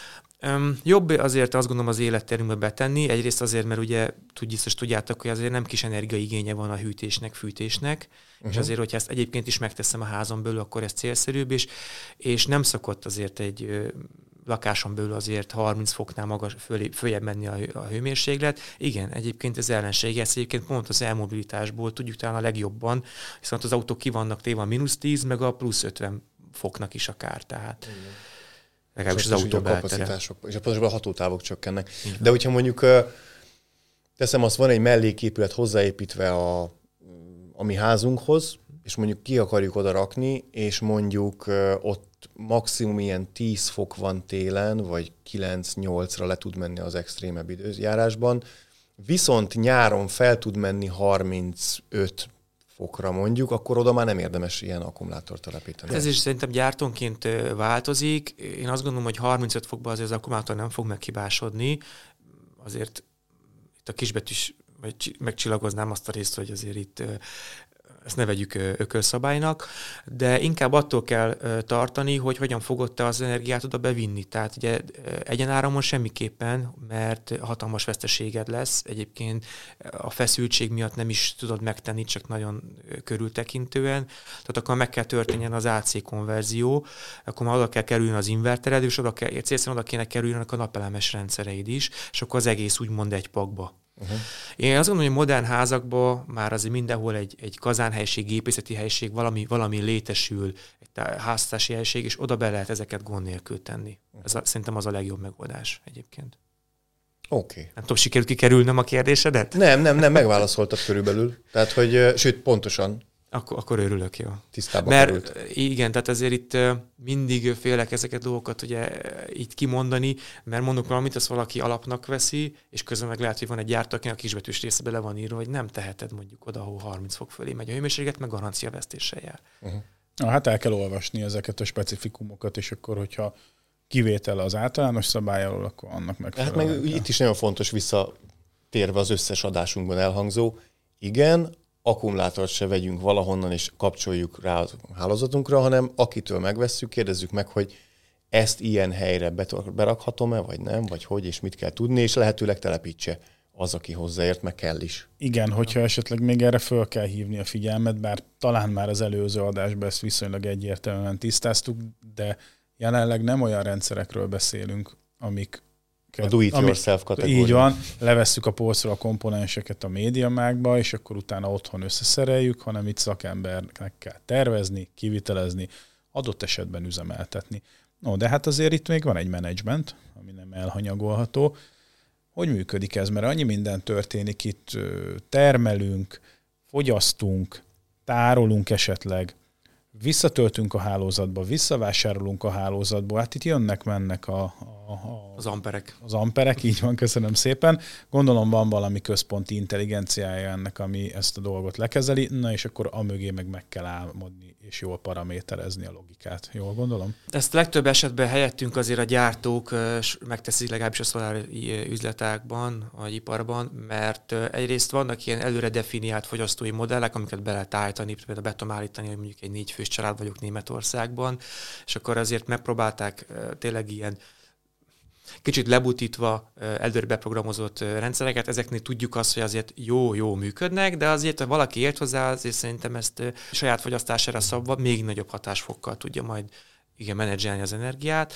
Jobb azért azt gondolom az életterünkbe betenni, egyrészt azért, mert ugye biztos tudjátok, hogy azért nem kis energiaigénye van a hűtésnek, fűtésnek, és azért, hogyha ezt egyébként is megteszem a házon belül, akkor ez célszerűbb, és nem szokott azért egy lakáson belül azért 30 foknál följebb menni a hőmérséklet. Igen, egyébként ez ellensége, ezt egyébként pont az elmobilitásból tudjuk talán a legjobban, hiszen az autók ki vannak téve a -10, meg a +50 foknak is akár, tehát... legalábbis az autó kapacitások, és a hatótávok csökkennek. De hogyha mondjuk teszem azt, van egy melléképület hozzáépítve a mi házunkhoz, és mondjuk ki akarjuk oda rakni, és mondjuk ott maximum ilyen 10 fok van télen, vagy 9-8-ra le tud menni az extrémebb időjárásban, viszont nyáron fel tud menni 35 fokra mondjuk, akkor oda már nem érdemes ilyen akkumulátort telepíteni. Ez is szerintem gyártónként változik. Én azt gondolom, hogy 35 fokban azért az akkumulátor nem fog meghibásodni. Azért itt a kisbetűs, megcsillagoznám azt a részt, hogy azért itt ezt ne vegyük ökölszabálynak, de inkább attól kell tartani, hogy hogyan fogod te az energiát oda bevinni. Tehát ugye egyenáramon semmiképpen, mert hatalmas veszteséged lesz. Egyébként a feszültség miatt nem is tudod megtenni, csak nagyon körültekintően. Tehát akkor meg kell történjen az AC konverzió, akkor már oda kell kerülni az invertered, és célszerűen oda kéne kerüljenek a napelemes rendszereid is, és akkor az egész úgymond egy pakba. Én azt gondolom, hogy modern házakban már azért mindenhol egy kazánhelység, gépészeti helység, valami létesül, egy háztartási helység, és oda be lehet ezeket gond nélkül tenni. Szerintem az a legjobb megoldás egyébként. Oké. Nem tudom, sikerült kikerülnöm a kérdésedet? Nem, megválaszoltad körülbelül. Tehát, hogy, sőt, pontosan. Akkor örülök, jó. Tisztában Mert került. igen, tehát azért itt mindig félek ezeket a dolgokat ugye itt kimondani, mert mondok valamit, azt valaki alapnak veszi, és közben meg lehet, hogy van egy gyártó, akinek a kisbetűs része bele van írva, hogy nem teheted mondjuk oda, ahol 30 fok fölé megy a hőmérséklet, meg garancia vesztéssel jár. Hát el kell olvasni ezeket a specifikumokat, és akkor, hogyha kivétel az általános szabály alól, akkor annak megfelelően. Hát meg itt is nagyon fontos visszatérve az összes adásunkban elhangzó, igen, akkumulátort se vegyünk valahonnan és kapcsoljuk rá a hálózatunkra, hanem akitől megvesszük, kérdezzük meg, hogy ezt ilyen helyre berakhatom-e, vagy nem, vagy hogy, és mit kell tudni, és lehetőleg telepítse az, aki hozzáért, meg kell is. Igen, hogyha esetleg még erre föl kell hívni a figyelmet, bár talán már az előző adásban ezt viszonylag egyértelműen tisztáztuk, de jelenleg nem olyan rendszerekről beszélünk, amik A do-it-yourself kategória. Így van, levesszük a polcról a komponenseket a médiamákba, és akkor utána otthon összeszereljük, hanem itt szakembernek kell tervezni, kivitelezni, adott esetben üzemeltetni. No, de hát azért itt még van egy menedzsment, ami nem elhanyagolható. Hogy működik ez? Mert annyi minden történik itt, termelünk, fogyasztunk, tárolunk esetleg, visszatöltünk a hálózatba, visszavásárolunk a hálózatba, hát itt jönnek-mennek az amperek. Az amperek, így van, köszönöm szépen. Gondolom van valami központi intelligenciája ennek, ami ezt a dolgot lekezeli, na és akkor amögé meg kell álmodni, és jól paraméterezni a logikát. Jól gondolom? Ezt legtöbb esetben helyettünk azért a gyártók megteszik, legalábbis a szolár üzletágban, vagy iparban, mert egyrészt vannak ilyen előre definiált fogyasztói modellek, amiket be lehet állítani, például be tudom állítani, hogy mondjuk egy 4 fős család vagyok Németországban, és akkor azért megpróbálták tényleg ilyen kicsit lebutítva előre beprogramozott rendszereket. Ezeknél tudjuk azt, hogy azért jó működnek, de azért, ha valaki ért hozzá, azért szerintem ezt saját fogyasztására szabva még nagyobb hatásfokkal tudja majd menedzselni az energiát.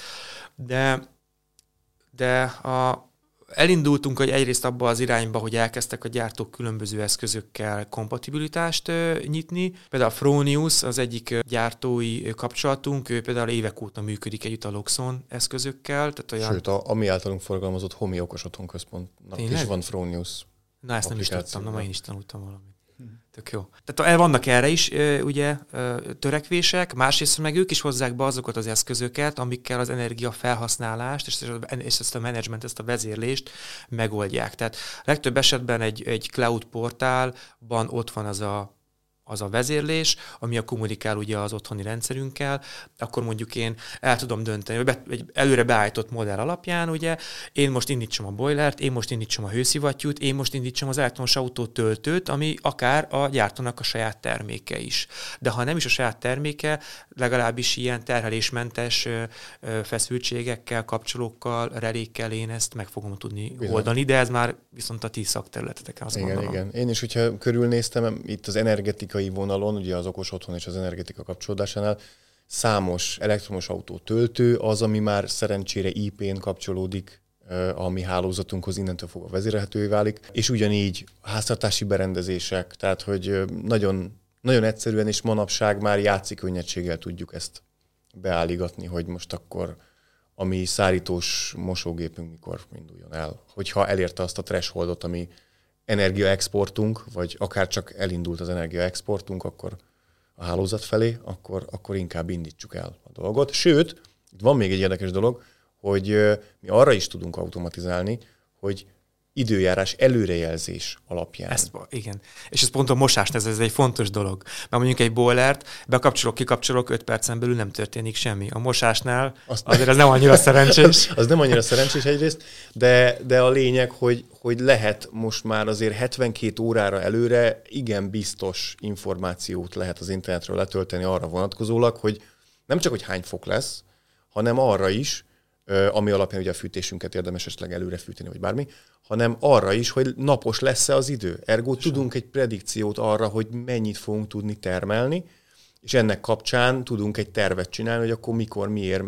De elindultunk, hogy egyrészt abba az irányba, hogy elkezdtek a gyártók különböző eszközökkel kompatibilitást nyitni. Például a Fronius az egyik gyártói kapcsolatunk, ő például évek óta működik együtt a Loxon eszközökkel. Tehát olyan... Sőt, a mi általunk forgalmazott HOMI okos otthonközpontnak is van Fronius. Na, ezt nem is tudtam, ma én is tanultam valamit. Tök jó. Tehát vannak erre is ugye törekvések, másrészt meg ők is hozzák be azokat az eszközöket, amikkel az energia felhasználást és ezt a menedzsment, ezt a vezérlést megoldják. Tehát legtöbb esetben egy cloud portálban ott van az a vezérlés, ami a kommunikál ugye az otthoni rendszerünkkel, akkor mondjuk én el tudom dönteni, hogy egy előre beállított modell alapján, ugye, én most indítsam a boilert, én most indítsam a hőszivattyút, én most indítsam az elektromos autó töltőt, ami akár a gyártónak a saját terméke is. De ha nem is a saját terméke, legalábbis ilyen terhelésmentes feszültségekkel, kapcsolókkal, relékkel én ezt meg fogom tudni oldani, de ez már viszont a ti szakterületeteken, azt gondolom. Igen. Én is, hogyha körülnéztem, itt az energetikai vonalon, ugye az okos otthon és az energetika kapcsolódásánál számos elektromos autó töltő az, ami már szerencsére IP-n kapcsolódik a mi hálózatunkhoz, innentől fogva vezérelhetővé válik, és ugyanígy háztartási berendezések, tehát hogy nagyon, nagyon egyszerűen és manapság már játszikönnyedséggel tudjuk ezt beálligatni, hogy most akkor a mi szárítós mosógépünk mikor induljon el. Hogyha elérte azt a thresholdot, ami energiaexportunk, vagy akár csak elindult az energiaexportunk, akkor a hálózat felé, akkor inkább indítsuk el a dolgot. Sőt, itt van még egy érdekes dolog, hogy mi arra is tudunk automatizálni, hogy időjárás előrejelzés alapján. Igen. És ez pont a mosásnál, ez egy fontos dolog. Mert mondjuk egy boilert bekapcsolok, kikapcsolok, 5 percen belül nem történik semmi. A mosásnál azért ez nem annyira szerencsés. Az nem annyira szerencsés egyrészt, de a lényeg, hogy lehet most már azért 72 órára előre igen biztos információt lehet az internetről letölteni arra vonatkozólag, hogy nem csak, hogy hány fok lesz, hanem arra is, ami alapján ugye a fűtésünket érdemes esetleg előre fűteni, vagy bármi, hanem arra is, hogy napos lesz-e az idő. Ergo tudunk egy predikciót arra, hogy mennyit fogunk tudni termelni, és ennek kapcsán tudunk egy tervet csinálni, hogy akkor mikor, miért,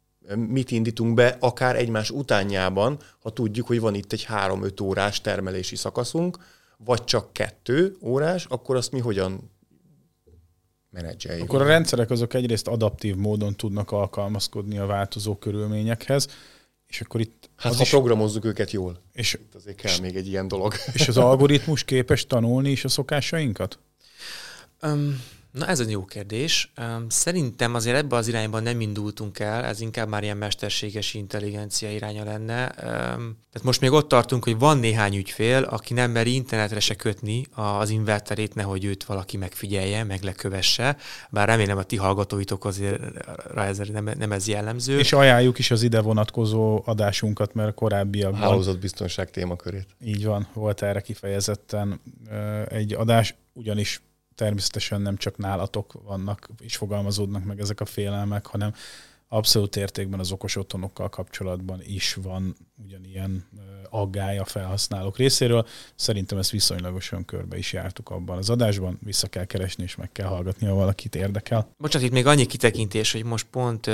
mit indítunk be, akár egymás utánjában, ha tudjuk, hogy van itt egy 3-5 órás termelési szakaszunk, vagy csak 2 órás, akkor azt mi hogyan menedzseljük. Akkor a rendszerek azok egyrészt adaptív módon tudnak alkalmazkodni a változó körülményekhez, És akkor itt hát ha programozzuk őket jól, és itt azért kell még egy ilyen dolog. És az algoritmus képes tanulni is a szokásainkat? Na ez egy jó kérdés. Szerintem azért ebbe az irányban nem indultunk el, ez inkább már ilyen mesterséges intelligencia iránya lenne. Tehát most még ott tartunk, hogy van néhány ügyfél, aki nem meri internetre se kötni az inverterét, nehogy őt valaki megfigyelje, meg lekövesse, bár remélem a ti hallgatóitok azért nem ez jellemző. És ajánljuk is az ide vonatkozó adásunkat, mert korábbiakban... Hálózatbiztonság témakörét. Így van, volt erre kifejezetten egy adás, ugyanis természetesen nem csak nálatok vannak és fogalmazódnak meg ezek a félelmek, hanem abszolút értékben az okos otthonokkal kapcsolatban is van ugyanilyen aggály a felhasználók részéről. Szerintem ezt viszonylagosan körbe is jártuk abban az adásban, vissza kell keresni és meg kell hallgatni, ha valakit érdekel. Bocsánat, itt még annyi kitekintés, hogy most pont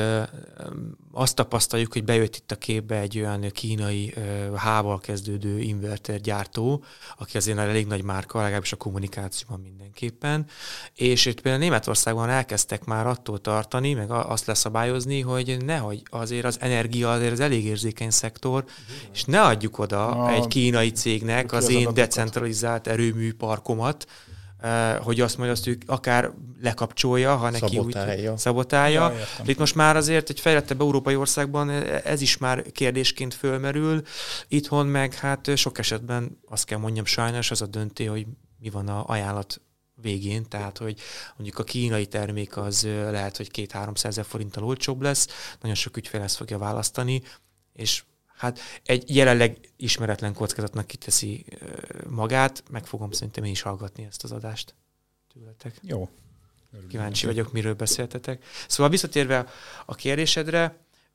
azt tapasztaljuk, hogy bejött itt a képbe egy olyan kínai H-val kezdődő invertergyártó, aki azért elég nagy márka, legalábbis a kommunikációban mindenképpen, és itt például Németországban elkezdtek már attól tartani, meg azt leszabályozni, hogy nehogy azért az energia azért az elég érzékeny szektor, és ne adjuk oda egy kínai cégnek az én decentralizált erőműparkomat, hogy azt majd azt ők akár lekapcsolja, ha neki szabotálja. Itt most már azért egy fejlettebb európai országban ez is már kérdésként fölmerül. Itthon meg hát sok esetben azt kell mondjam sajnos, az a dönté, hogy mi van a ajánlat végén, tehát hogy mondjuk a kínai termék az lehet, hogy 200-300 ezer forinttal olcsóbb lesz, nagyon sok ügyfél ezt fogja választani, és hát egy jelenleg ismeretlen kockázatnak kiteszi magát, meg fogom szerintem én is hallgatni ezt az adást tőletek. Jó. Kíváncsi vagyok, miről beszéltetek. Szóval visszatérve a kérdésedre,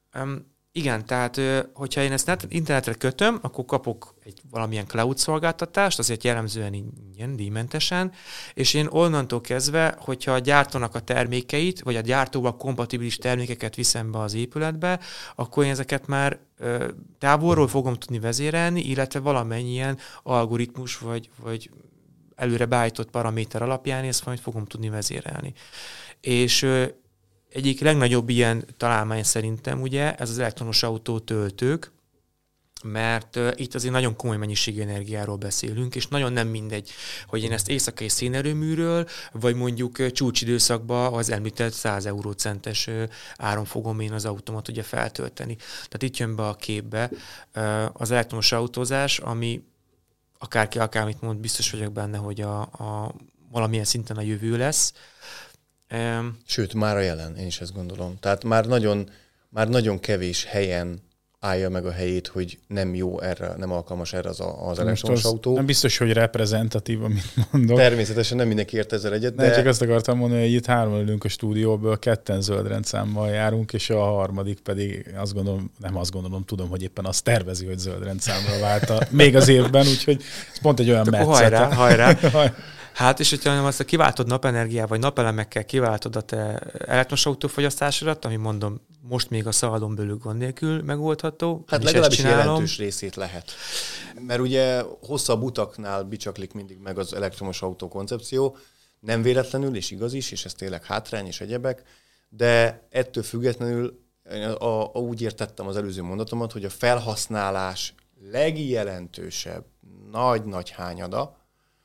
igen, tehát hogyha én ezt internetre kötöm, akkor kapok egy valamilyen cloud szolgáltatást, azért jellemzően ingyen, díjmentesen, és én onnantól kezdve, hogyha a gyártónak a termékeit, vagy a gyártóval kompatibilis termékeket viszem be az épületbe, akkor én ezeket már távolról fogom tudni vezérelni, illetve valamennyien algoritmus, vagy előre beállított paraméter alapján ezt majd fogom tudni vezérelni. És egyik legnagyobb ilyen találmány szerintem ugye ez az elektromos autó töltők, mert itt azért nagyon komoly mennyiségű energiáról beszélünk, és nagyon nem mindegy, hogy én ezt éjszakai szénerőműről, vagy mondjuk csúcsidőszakban az említett 100 eurócentes áron fogom én az automat ugye feltölteni. Tehát itt jön be a képbe az elektromos autózás, ami akármit mond, biztos vagyok benne, hogy a valamilyen szinten a jövő lesz. Sőt, már a jelen, én is ezt gondolom. Tehát már nagyon kevés helyen állja meg a helyét, hogy nem jó erre, nem alkalmas erre az elektromos autó. Nem biztos, hogy reprezentatív, amit mondok. Természetesen nem mindenki ért ezzel egyet, de... csak azt akartam mondani, hogy itt 3 ülünk a stúdióból, 2 zöld rendszámmal járunk, és a harmadik pedig tudom, hogy éppen azt tervezi, hogy zöld rendszámra vált még az évben, úgyhogy ez pont egy olyan metszet. Hajrá! Hát, és hogyha azt a kiváltod napenergiával, vagy napelemekkel kiváltod a te elektromos autófogyasztásodat, ami mondom, most még a szaladon belül gond nélkül megoldható. Hát legalábbis jelentős részét lehet. Mert ugye hosszabb utaknál bicsaklik mindig meg az elektromos autó koncepció, nem véletlenül, és igaz is, és ez tényleg hátrány és egyebek, de ettől függetlenül úgy értettem az előző mondatomat, hogy a felhasználás legjelentősebb nagy hányada,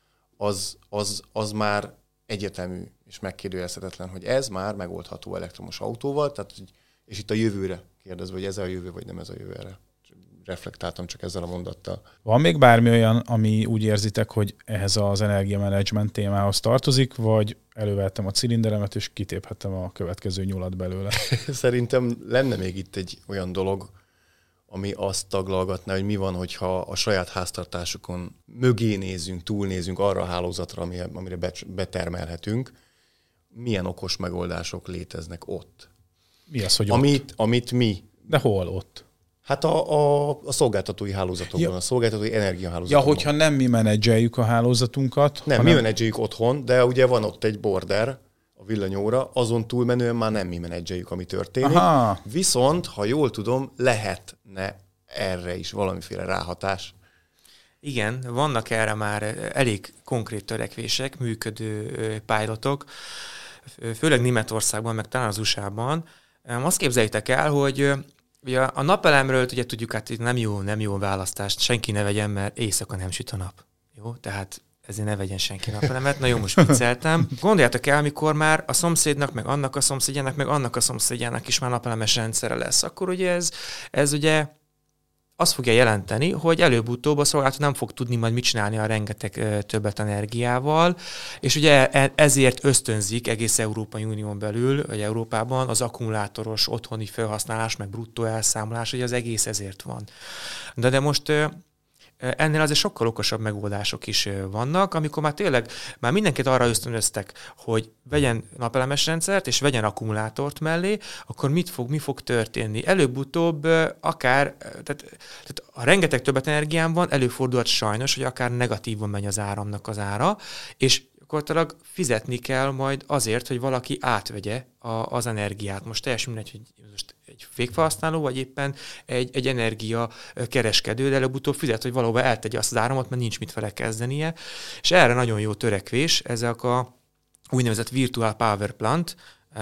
az már egyetemű és megkérdőjelezhetetlen, hogy ez már megoldható elektromos autóval, tehát, és itt a jövőre kérdezve, hogy ez a jövő, vagy nem ez a jövő, erre reflektáltam csak ezzel a mondattal. Van még bármi olyan, ami úgy érzitek, hogy ehhez az energiamenedzsment témához tartozik, vagy elővettem a cilinderemet, és kitéphettem a következő nyulat belőle? Szerintem lenne még itt egy olyan dolog, ami azt taglalgatná, hogy mi van, hogyha a saját háztartásukon mögé nézzünk, túlnézünk arra a hálózatra, amire betermelhetünk, milyen okos megoldások léteznek ott. Mi az, hogy amit mi... De hol ott? Hát a szolgáltatói hálózatokban, a szolgáltatói energiahálózatokban. Ja, hogyha nem mi menedzseljük a hálózatunkat. Nem, mi menedzseljük otthon, de ugye van ott egy border, a villanyóra, azon túlmenően már nem mi menedzseljük, ami történik. Aha. Viszont, ha jól tudom, lehetne erre is valamiféle ráhatás. Igen, vannak erre már elég konkrét törekvések, működő pilotok, főleg Németországban, meg talán az USA-ban. Azt képzeljétek el, hogy Ugye a napelemről ugye tudjuk, hát nem jó választást, senki ne vegyen, mert éjszaka nem süt a nap. Jó, tehát ezért ne vegyen senki napelemet. Na jó, most vicceltem. Gondoljátok el, amikor már a szomszédnak, meg annak a szomszédjának, meg annak a szomszédjának is már napelemes rendszere lesz, akkor ugye ez ugye azt fogja jelenteni, hogy előbb-utóbb a szolgáltató nem fog tudni majd mit csinálni a rengeteg többet energiával, és ugye ezért ösztönzik egész Európai Unión belül, vagy Európában az akkumulátoros otthoni felhasználás, meg bruttó elszámolás, hogy az egész ezért van. De most ennél azért sokkal okosabb megoldások is vannak, amikor már tényleg már mindenkit arra ösztönöztek, hogy vegyen napelemes rendszert, és vegyen akkumulátort mellé, akkor mi fog történni? Előbb-utóbb tehát ha rengeteg többet energiám van, előfordulhat sajnos, hogy akár negatívan megy az áramnak az ára, és gyakorlatilag fizetni kell majd azért, hogy valaki átvegye az energiát. Most teljesen mindegy, hogy most egy végfelhasználó, vagy éppen egy energia kereskedő, de előbb-utóbb fizet, hogy valahova eltegye azt az áramot, mert nincs mit vele kezdenie. És erre nagyon jó törekvés, ezek a úgynevezett virtual power plant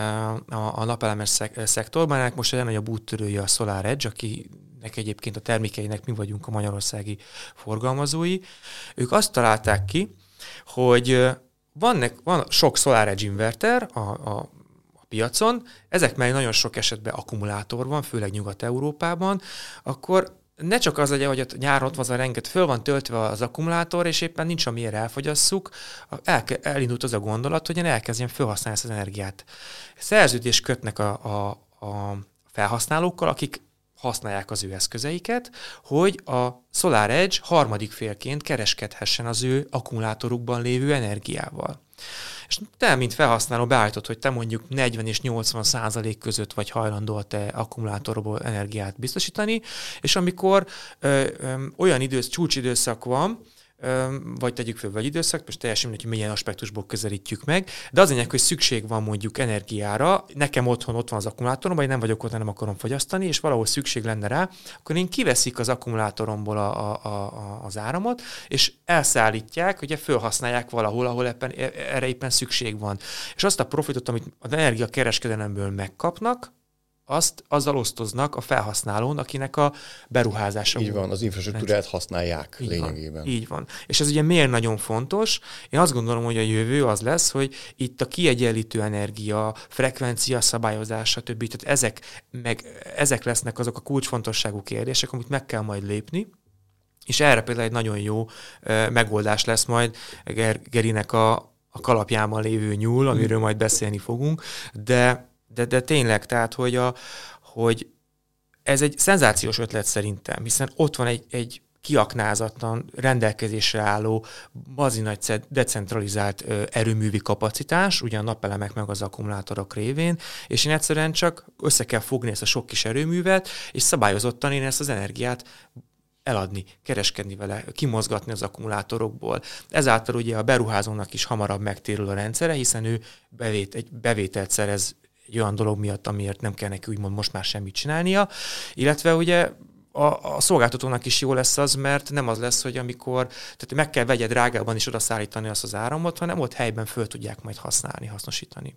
a napelemes szektorban. Ennek most a legnagyobb úttörője a SolarEdge, akinek egyébként a termékeinek mi vagyunk a magyarországi forgalmazói. Ők azt találták ki, hogy van sok SolarEdge inverter a piacon, ezek mellé nagyon sok esetben akkumulátor van, főleg Nyugat-Európában, akkor ne csak az legyen, hogy ott nyáron ott van az a rengeteg, föl van töltve az akkumulátor, és éppen nincs, amiért elfogyasszuk, elindult az a gondolat, hogy én elkezdjem felhasználni ezt az energiát. Szerződést kötnek a felhasználókkal, akik használják az ő eszközeiket, hogy a SolarEdge harmadik félként kereskedhessen az ő akkumulátorukban lévő energiával. És te, mint felhasználó beállítod, hogy te mondjuk 40 és 80% között vagy hajlandó a te akkumulátorból energiát biztosítani, és amikor olyan csúcsidőszak van, vagy tegyük föl, vagy időszak, most teljesen mindegy, hogy milyen aspektusból közelítjük meg, de az lényeg, hogy szükség van mondjuk energiára, nekem otthon ott van az akkumulátorom, vagy nem vagyok otthon, nem akarom fogyasztani, és valahol szükség lenne rá, akkor én kiveszik az akkumulátoromból az áramot, és elszállítják, ugye felhasználják valahol, ahol erre éppen szükség van. És azt a profitot, amit az energiakereskedelemből megkapnak, azzal osztoznak a felhasználón, akinek a beruházása. Így van, az infrastruktúrát használják így lényegében. Van, így van. És ez ugye miért nagyon fontos? Én azt gondolom, hogy a jövő az lesz, hogy itt a kiegyenlítő energia, frekvencia szabályozás, stb. Tehát ezek lesznek azok a kulcsfontosságú kérdések, amit meg kell majd lépni, és erre például egy nagyon jó megoldás lesz majd Gerinek a kalapjában lévő nyúl, amiről majd beszélni fogunk, de tényleg, tehát, hogy ez egy szenzációs ötlet szerintem, hiszen ott van egy kiaknázatlan, rendelkezésre álló, bazi nagy decentralizált erőművi kapacitás, ugye a napelemek meg az akkumulátorok révén, és én egyszerűen csak össze kell fogni ezt a sok kis erőművet, és szabályozottan én ezt az energiát eladni, kereskedni vele, kimozgatni az akkumulátorokból. Ezáltal ugye a beruházónak is hamarabb megtérül a rendszere, hiszen ő egy bevételt szerez egy olyan dolog miatt, amiért nem kell neki úgymond most már semmit csinálnia, illetve ugye a szolgáltatónak is jó lesz az, mert nem az lesz, hogy tehát meg kell vegye drágában is odaszállítani azt az áramot, hanem ott helyben föl tudják majd használni, hasznosítani.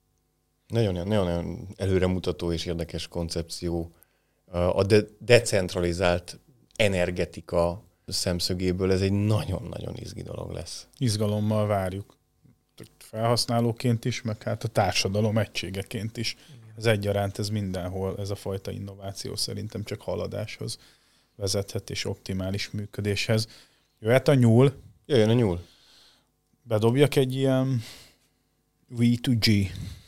Nagyon előremutató és érdekes koncepció. A decentralizált energetika szemszögéből ez egy nagyon-nagyon izgi dolog lesz. Izgalommal várjuk. Felhasználóként is, meg hát a társadalom egységeként is. Ez egyaránt, ez mindenhol, ez a fajta innováció szerintem csak haladáshoz vezethet és optimális működéshez. Jöhet a nyúl. Jöjjön a nyúl. Bedobjak egy ilyen V2G.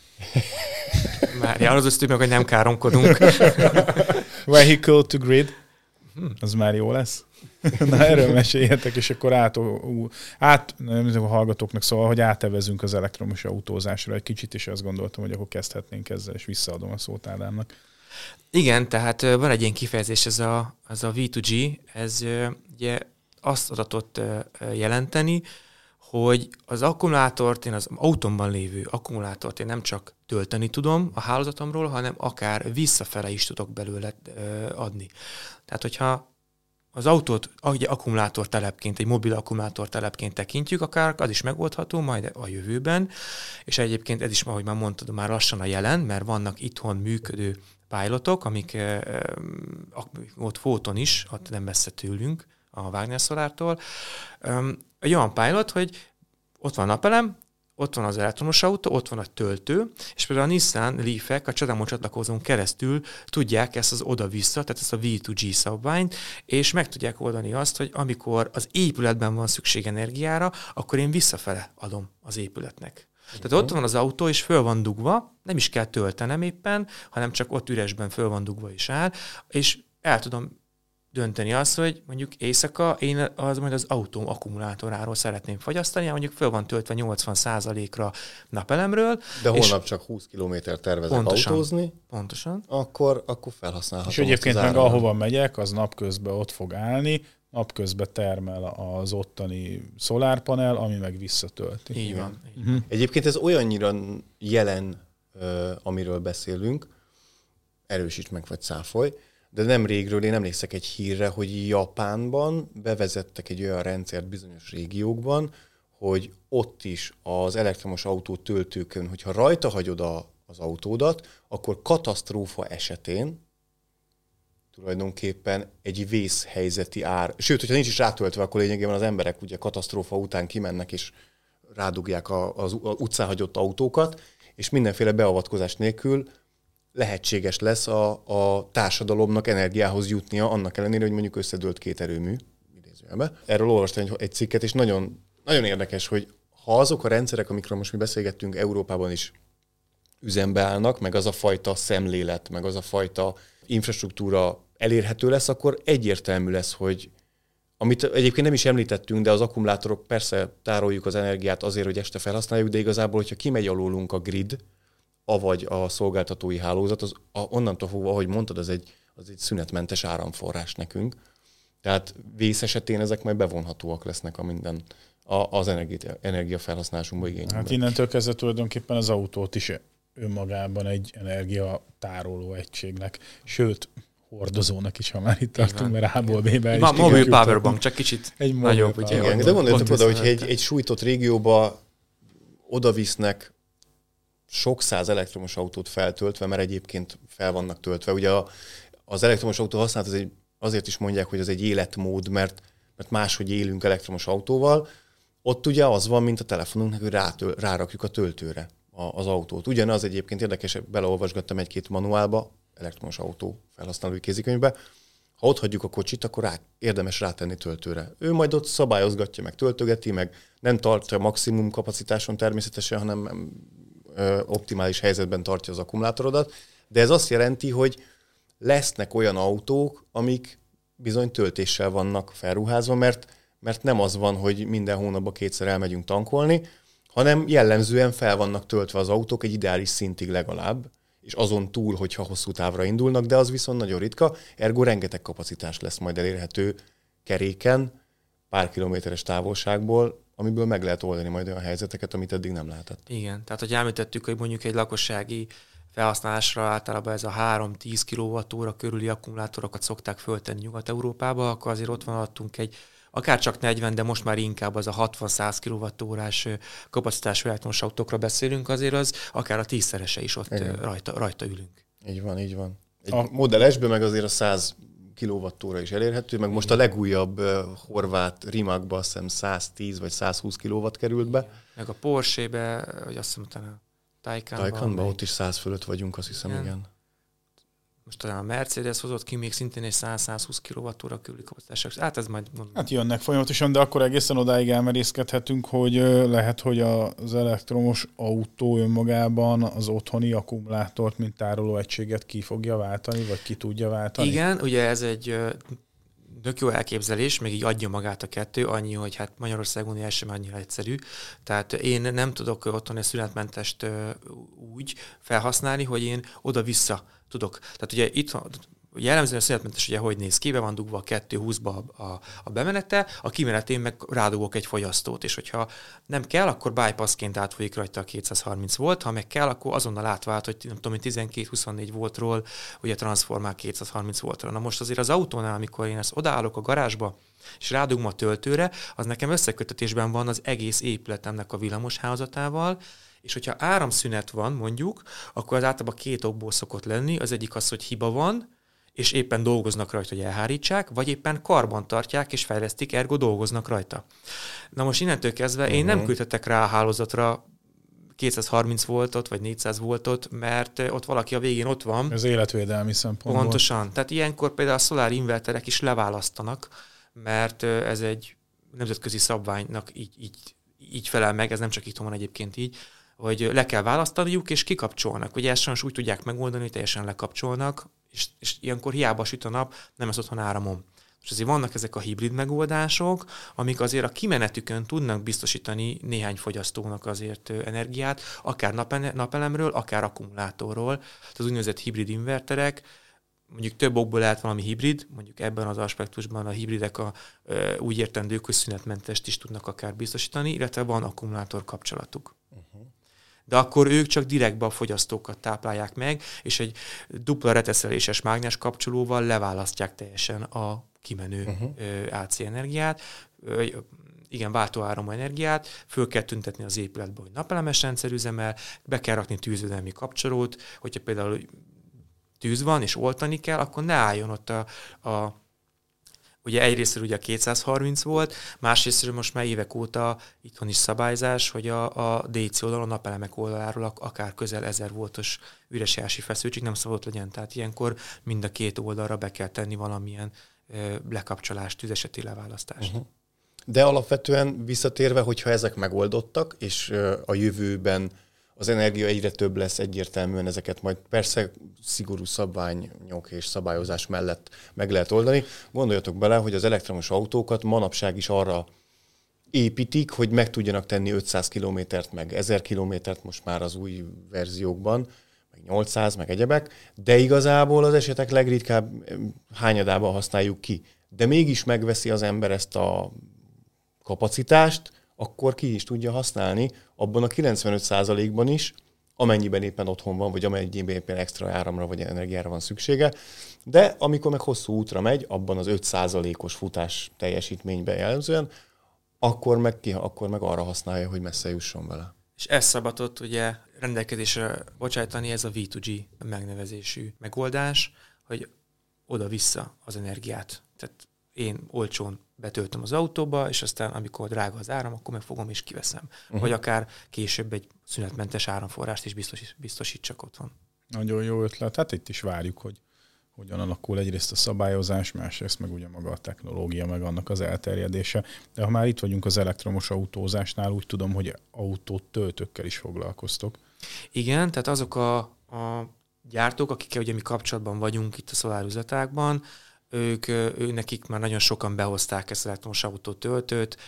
Már az meg, hogy nem káromkodunk. Vehicle to grid. Az már jó lesz. Na, erről meséljetek, és akkor nem a hallgatóknak szól, hogy átevezünk az elektromos autózásra egy kicsit, és azt gondoltam, hogy akkor kezdhetnénk ezzel, és visszaadom a szót Ádámnak. Igen, tehát van egy ilyen kifejezés, ez a V2G, ez ugye azt adatot jelenteni, hogy az akkumulátort, én az autómban lévő akkumulátort én nem csak tölteni tudom a hálózatomról, hanem akár visszafele is tudok belőle adni. Tehát, hogyha az autót akkumulátortelepként, egy mobil akkumulátortelepként tekintjük, akár az is megoldható majd a jövőben, és egyébként ez is, ahogy már mondtad, már lassan a jelen, mert vannak itthon működő pilotok, amik ott Fóton is, ott nem messze tőlünk, a Wagner Solartól. Egy olyan pilot, hogy ott van a napelem, ott van az elektromos autó, ott van a töltő, és például a Nissan Leaf-ek a CHAdeMO csatlakozón keresztül tudják ezt az oda-vissza, tehát ezt a V2G szabványt, és meg tudják oldani azt, hogy amikor az épületben van szükség energiára, akkor én visszafele adom az épületnek. Tehát ott van az autó, és föl van dugva, nem is kell töltenem éppen, hanem csak ott üresben föl van dugva is áll, és el tudom dönteni azt, hogy mondjuk éjszaka én majd az autóm akkumulátoráról szeretném fagyasztani, mondjuk föl van töltve 80%-ra napelemről. De holnap csak 20 kilométer tervezek autózni. Pontosan. Akkor felhasználhatom. És egyébként meg ahova megyek, az napközben ott fog állni, napközben termel az ottani szolárpanel, ami meg visszatölti. Így van. Egyébként ez olyannyira jelen, amiről beszélünk, erősíts meg vagy cáfolj, de nem régről én emlékszek egy hírre, hogy Japánban bevezettek egy olyan rendszert bizonyos régiókban, hogy ott is az elektromos autó töltőkön, hogyha rajta hagyod az autódat, akkor katasztrófa esetén tulajdonképpen egy vészhelyzeti sőt, hogyha nincs is rátöltve, akkor lényegében az emberek ugye katasztrófa után kimennek és rádugják az utcán hagyott autókat, és mindenféle beavatkozás nélkül lehetséges lesz a társadalomnak energiához jutnia, annak ellenére, hogy mondjuk összedőlt 2 erőmű, idézőjelben. Erről olvastam egy cikket, és nagyon, nagyon érdekes, hogy ha azok a rendszerek, amikről most mi beszélgettünk, Európában is üzembe állnak, meg az a fajta szemlélet, meg az a fajta infrastruktúra elérhető lesz, akkor egyértelmű lesz, hogy amit egyébként nem is említettünk, de az akkumulátorok, persze tároljuk az energiát azért, hogy este felhasználjuk, de igazából, hogyha kimegy alólunk a grid, avagy a szolgáltatói hálózat, az onnantól fogva, ahogy mondtad, az egy szünetmentes áramforrás nekünk. Tehát vész esetén ezek majd bevonhatóak lesznek az energiafelhasználásunkba igénybe. Hát innentől kezdve tulajdonképpen az autót is önmagában egy energiatároló egységnek, sőt, hordozónak is, ha már itt tartunk, mert A-ból B-be is mobil powerbank, csak kicsit nagyobb. Igen, de gondoljatok oda, hogy egy sújtott régióba oda visznek sok száz elektromos autót feltöltve, mert egyébként fel vannak töltve. Ugye az elektromos autó használat azért is mondják, hogy az egy életmód, mert máshogy élünk elektromos autóval. Ott ugye az van, mint a telefonunknak, hogy rárakjuk a töltőre az autót. Ugyanaz egyébként érdekes, beleolvasgattam egy-két manuálba, elektromos autó felhasználói kézikönyvbe. Ha ott hagyjuk a kocsit, akkor érdemes rátenni töltőre. Ő majd ott szabályozgatja, meg töltögeti, meg nem tartja maximum kapacitáson természetesen, hanem optimális helyzetben tartja az akkumulátorodat, de ez azt jelenti, hogy lesznek olyan autók, amik bizony töltéssel vannak felruházva, mert nem az van, hogy minden hónapban 2-szer elmegyünk tankolni, hanem jellemzően fel vannak töltve az autók egy ideális szintig legalább, és azon túl, hogyha hosszú távra indulnak, de az viszont nagyon ritka, ergo rengeteg kapacitás lesz majd elérhető keréken, pár kilométeres távolságból, amiből meg lehet oldani majd olyan helyzeteket, amit eddig nem lehetett. Igen, tehát hogy említettük, hogy mondjuk egy lakossági felhasználásra általában ez a 3-10 kWh körüli akkumulátorokat szokták föltenni Nyugat-Európába, akkor azért ott van alattunk egy akár csak 40, de most már inkább az a 60-100 kWh-s kapacitású elektromos autókra beszélünk, azért az akár a 10-szerese is ott rajta ülünk. Így van, így van. Egy Model S-ben meg azért a 100 kWh is elérhető, meg most a legújabb horvát Rimac-ba azt hiszem 110 vagy 120 kW került be. Meg a Porsche-be, vagy azt hiszem utána Taycanban ott is 100 fölött vagyunk, azt hiszem, igen. Most talán a Mercedes hozott ki még szintén egy 100-120 kWh körüli kapacitások. Hát ez majd mondom. Hát jönnek folyamatosan, de akkor egészen odáig elmerészkedhetünk, hogy lehet, hogy az elektromos autó önmagában az otthoni akkumulátort, mint tárolóegységet ki fogja váltani, vagy ki tudja váltani? Igen, ugye ez egy tök jó elképzelés, még így adja magát a kettő, annyi, hogy hát Magyarországon ez sem annyira egyszerű. Tehát én nem tudok otthon egy szünetmentest úgy felhasználni, hogy én oda-vissza tudok. Tehát ugye itt jellemzően a szünetmentes ugye hogy néz ki, be van dugva a 220-ba a bemenete, a kimenetén meg rádugok egy fogyasztót, és hogyha nem kell, akkor bypassként átfolyik rajta a 230 volt, ha meg kell, akkor azonnal átvált, hogy nem tudom, 12-24 voltról ugye transformál 230 voltra. Na most azért az autónál, amikor én ezt odaállok a garázsba, és rádugom a töltőre, az nekem összekötetésben van az egész épületemnek a villamoshálózatával, és hogyha áramszünet van mondjuk, akkor az általában 2 okból szokott lenni, az egyik az, hogy hiba van, és éppen dolgoznak rajta, hogy elhárítsák, vagy éppen karban tartják és fejlesztik, ergo dolgoznak rajta. Na most innentől kezdve én nem küldhetek rá a hálózatra 230 voltot, vagy 400 voltot, mert ott valaki a végén ott van. Ez életvédelmi szempontból. Pontosan. Tehát ilyenkor például a szolár inverterek is leválasztanak, mert ez egy nemzetközi szabványnak így felel meg, ez nem csak itthon van egyébként így, hogy le kell választaniuk, és kikapcsolnak. Ugye ezt sajnos úgy tudják megoldani, hogy teljesen lekapcsolnak, és ilyenkor hiába süt a nap, nem lesz otthon áramon. És azért vannak ezek a hibrid megoldások, amik azért a kimenetükön tudnak biztosítani néhány fogyasztónak azért energiát, akár napelemről, akár akkumulátorról. Tehát az úgynevezett hibrid inverterek, mondjuk több okból lehet valami hibrid, mondjuk ebben az aspektusban a hibridek úgy értendők, hogy szünetmentest is tudnak akár biztosítani, illetve van akkumulátor kapcsolatuk. De akkor ők csak direktbe a fogyasztókat táplálják meg, és egy dupla reteszeléses mágnes kapcsolóval leválasztják teljesen a kimenő AC energiát, igen, váltóáramú energiát, föl kell tüntetni az épületbe, hogy napelemes rendszer üzemel, be kell rakni tűzvédelmi kapcsolót, hogyha például tűz van, és oltani kell, akkor ne álljon ott ugye egyrésztről ugye a 230 volt, másrésztről most már évek óta itthon is szabályzás, hogy a DC oldalon, a napelemek oldaláról akár közel 1000 voltos üresjárási feszültség nem szabad legyen. Tehát ilyenkor mind a 2 oldalra be kell tenni valamilyen lekapcsolást, tüzeseti leválasztást. De alapvetően visszatérve, hogyha ezek megoldottak, és a jövőben az energia egyre több lesz, egyértelműen ezeket majd persze szigorú szabványok és szabályozás mellett meg lehet oldani. Gondoljatok bele, hogy az elektromos autókat manapság is arra építik, hogy meg tudjanak tenni 500 kilométert, meg 1000 kilométert most már az új verziókban, meg 800, meg egyebek, de igazából az esetek legritkább hányadában használjuk ki. De mégis megveszi az ember ezt a kapacitást, akkor ki is tudja használni abban a 95%-ban is, amennyiben éppen otthon van, vagy amennyiben éppen extra áramra vagy energiára van szüksége. De amikor meg hosszú útra megy, abban az 5%-os futás teljesítményben jellemzően, akkor meg arra használja, hogy messze jusson vele. És ezt szabadott ugye rendelkezésre bocsájtani, ez a V2G megnevezésű megoldás, hogy oda-vissza az energiát. Tehát én olcsón betöltöm az autóba, és aztán amikor drága az áram, akkor megfogom és kiveszem. Vagy akár később egy szünetmentes áramforrást is biztosítsak otthon. Nagyon jó ötlet. Hát itt is várjuk, hogy hogyan alakul egyrészt a szabályozás, másrészt meg ugye maga a technológia, meg annak az elterjedése. De ha már itt vagyunk az elektromos autózásnál, úgy tudom, hogy autót töltőkkel is foglalkoztok. Igen, tehát azok a gyártók, akikkel ugye mi kapcsolatban vagyunk itt a szolárüzletákban, ők nekik már nagyon sokan behozták ezt az elektromos autótöltőt,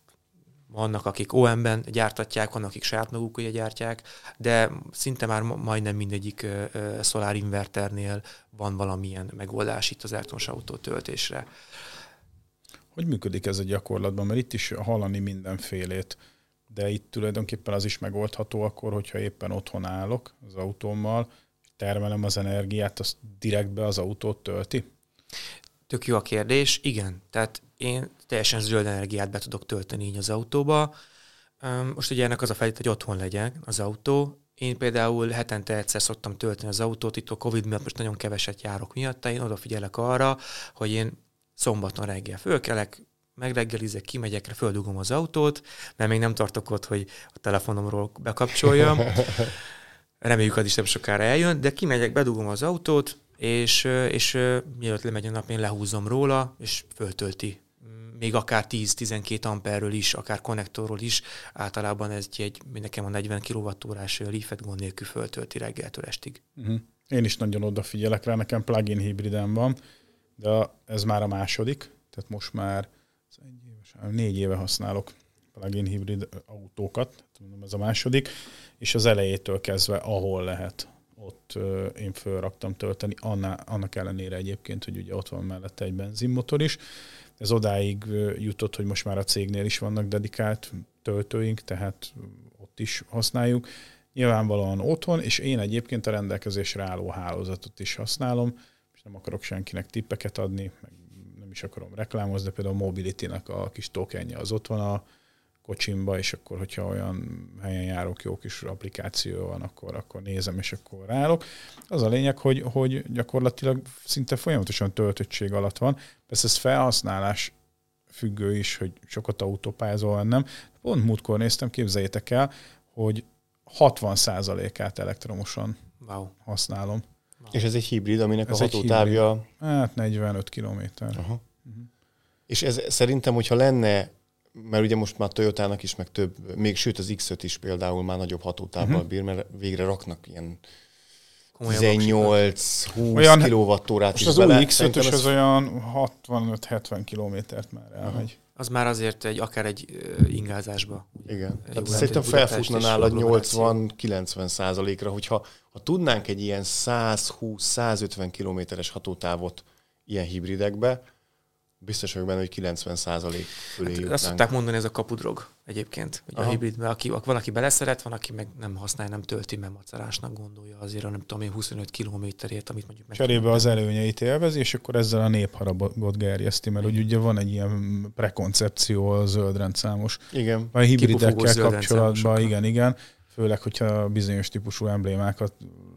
vannak, akik OM-ben gyártatják, vannak, akik saját maguk ugye gyártják, de szinte már majdnem mindegyik szolár inverternél van valamilyen megoldás itt az elektromos autótöltésre. Hogy működik ez a gyakorlatban? Mert itt is hallani mindenfélét, de itt tulajdonképpen az is megoldható akkor, hogyha éppen otthon állok az autómmal, termelem az energiát, azt direktbe az autót tölti? Tök jó a kérdés, igen. Tehát én teljesen zöld energiát be tudok tölteni így az autóba. Most ugye ennek az a felét, hogy otthon legyen az autó. Én például hetente egyszer szoktam tölteni az autót, itt a Covid miatt most nagyon keveset járok miatta, én odafigyelek arra, hogy én szombaton reggel fölkelek, megreggelizek, kimegyek, földugom az autót, mert még nem tartok ott, hogy a telefonomról bekapcsoljam. Reméljük, az is nem sokára eljön, de kimegyek, bedugom az autót, és mielőtt lemegy a nap, én lehúzom róla, és föltölti. Még akár 10-12 amperről is, akár konnektorról is. Általában ez nekem a 40 kWh-s Leafet gond nélkül föltölti reggeltől estig. Én is nagyon odafigyelek rá, nekem plug-in hibriden van, de ez már a második, tehát most már 4 éve használok plug-in hibrid autókat, mondom, ez a második, és az elejétől kezdve, ahol lehet, ott én fölraktam tölteni, annak ellenére egyébként, hogy ugye ott van mellette egy benzinmotor is. Ez odáig jutott, hogy most már a cégnél is vannak dedikált töltőink, tehát ott is használjuk. Nyilvánvalóan otthon, és én egyébként a rendelkezésre álló hálózatot is használom, és nem akarok senkinek tippeket adni, meg nem is akarom reklámozni, de például a Mobility-nek a kis tokenje az ott van a kocsimba, és akkor, hogyha olyan helyen járok, jó kis applikáció van, akkor nézem, és akkor ráállok. Az a lényeg, hogy gyakorlatilag szinte folyamatosan töltöttség alatt van. Persze ez felhasználás függő is, hogy sokat autópályázol, nem. Pont múltkor néztem, képzeljétek el, hogy 60%-át elektromosan használom. Wow. És ez egy hibrid, aminek ez a hatótávja... Hát 45 kilométer. És ez szerintem, hogyha lenne, mert ugye most már Toyotának is, meg több, még sőt az X5 is például már nagyobb hatótávval bír, mert végre raknak ilyen 18-20 kilowattórát is az bele. Új X5-ös az olyan 65-70 kilométert már elmegy. Az már azért akár egy ingázásba. Igen. Tehát szerintem felfutna nálad 80-90%-ra, hogyha tudnánk egy ilyen 120-150 kilométeres hatótávot ilyen hibridekbe, biztos vagyok benne, hogy 90% fölé jutnánk. Azt szokták mondani, ez a kapudrog egyébként. Hogy a hibridben, van, aki beleszeret, van, aki meg nem használja, nem tölti, mert macerásnak gondolja azért a nem tudom én 25 kilométerért, amit mondjuk meg... Cserébe az előnyeit élvezi, és akkor ezzel a népharagot gerjeszti, mert ugye van egy ilyen prekoncepció a zöldrendszámos. Igen. A hibridekkel kapcsolatban, igen. Főleg, hogyha bizonyos típusú emblémákat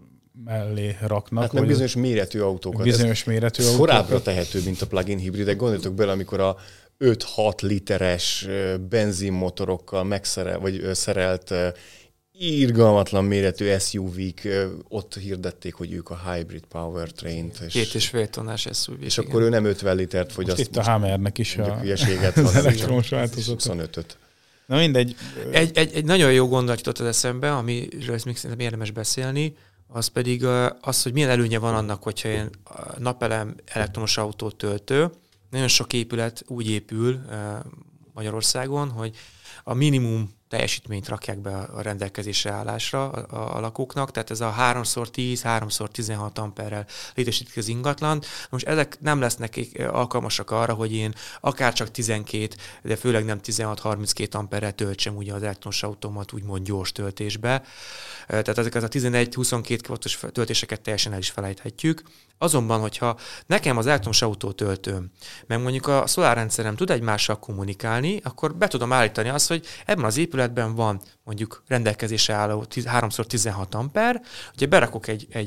mellé raknak. Hát nem bizonyos méretű autókat. Bizonyos méretű autókat. Korábbra tehető, mint a plug-in hibridek. Gondoljatok bele, amikor a 5-6 literes benzinmotorokkal szerelt irgalmatlan méretű SUV-k ott hirdették, hogy ők a hybrid powertrain-t. 2,5 tonnás SUV. És akkor ő nem 50 litert fogyaszt. Itt a Hummernek is az elektromos változat. 25-öt. Na mindegy. Egy nagyon jó gondolat jutott az eszembe, amiről még szerintem érdemes beszélni, az pedig az, hogy milyen előnye van annak, hogyha ilyen napelem elektromos autó töltő. Nagyon sok épület úgy épül Magyarországon, hogy a minimum teljesítményt rakják be a rendelkezésre állásra a lakóknak, tehát ez a 3x10, 3x16 amperrel létesítik az ingatlant. Most ezek nem lesznek alkalmasak arra, hogy én akár csak 12, de főleg nem 16-32 amperrel töltsem ugye az elektromos autómat úgymond gyors töltésbe. Tehát ezeket a 11-22 kW-os töltéseket teljesen el is felejthetjük. Azonban, hogyha nekem az elektromos autó töltőm, meg mondjuk a szolárrendszerem tud egymással kommunikálni, akkor be tudom állítani azt, hogy ebben az épületben van mondjuk rendelkezésre álló 3x16 amper, ugye berakok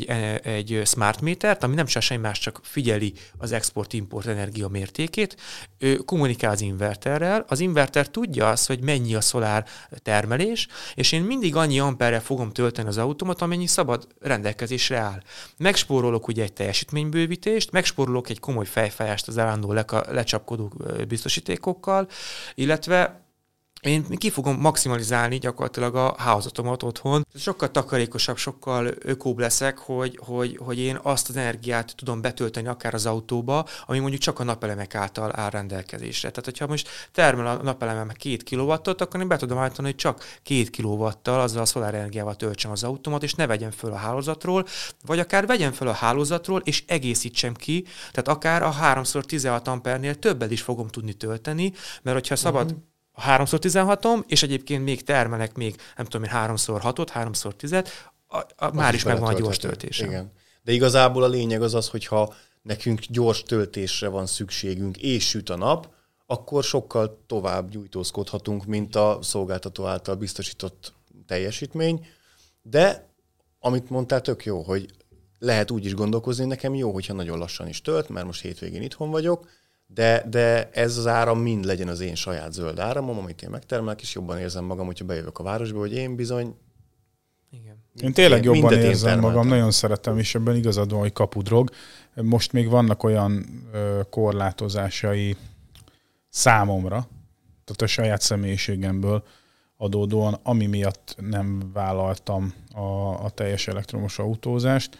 egy smart métert, ami nem csinál semmi más, csak figyeli az export-import energia mértékét, ő kommunikál az inverterrel, az inverter tudja azt, hogy mennyi a szolár termelés, és én mindig annyi amperrel fogom tölteni az automat, amennyi szabad rendelkezésre áll. Megspórolok ugye egy teljesítménybővítést, megspórolok egy komoly fejfájást az állandó lecsapkodó biztosítékokkal, illetve én ki fogom maximalizálni gyakorlatilag a hálózatomat otthon. Sokkal takarékosabb, sokkal ökóbb leszek, hogy én azt az energiát tudom betölteni akár az autóba, ami mondjuk csak a napelemek által áll rendelkezésre. Tehát, hogyha most termel a napelemem 2 kW-ot, akkor én be tudom állítani, hogy csak 2 kW-tal azzal a szolárenergiával töltsem az autómat, és ne vegyem föl a hálózatról, vagy akár vegyem föl a hálózatról, és egészítsem ki, tehát akár a 3x16 ampernél többet is fogom tudni tölteni, mert hogyha szabad a 3x16-om, és egyébként még termelek még, nem tudom én, 3x6-ot, 3x10-et, már is megvan a gyors töltésem. Igen. De igazából a lényeg az, hogyha nekünk gyors töltésre van szükségünk, és süt a nap, akkor sokkal tovább gyújtózkodhatunk, mint a szolgáltató által biztosított teljesítmény. De, amit mondtál, tök jó, hogy lehet úgy is gondolkozni, nekem jó, hogyha nagyon lassan is tölt, mert most hétvégén itthon vagyok, de ez az áram mind legyen az én saját zöld áramom, amit én megtermelek, és jobban érzem magam, hogyha bejövök a városba, hogy én bizony... Igen. Én tényleg jobban érzem magam, nagyon szeretem, és ebben igazad van, hogy kapudrog. Most még vannak olyan korlátozásai számomra, tehát a saját személyiségemből adódóan, ami miatt nem vállaltam a teljes elektromos autózást.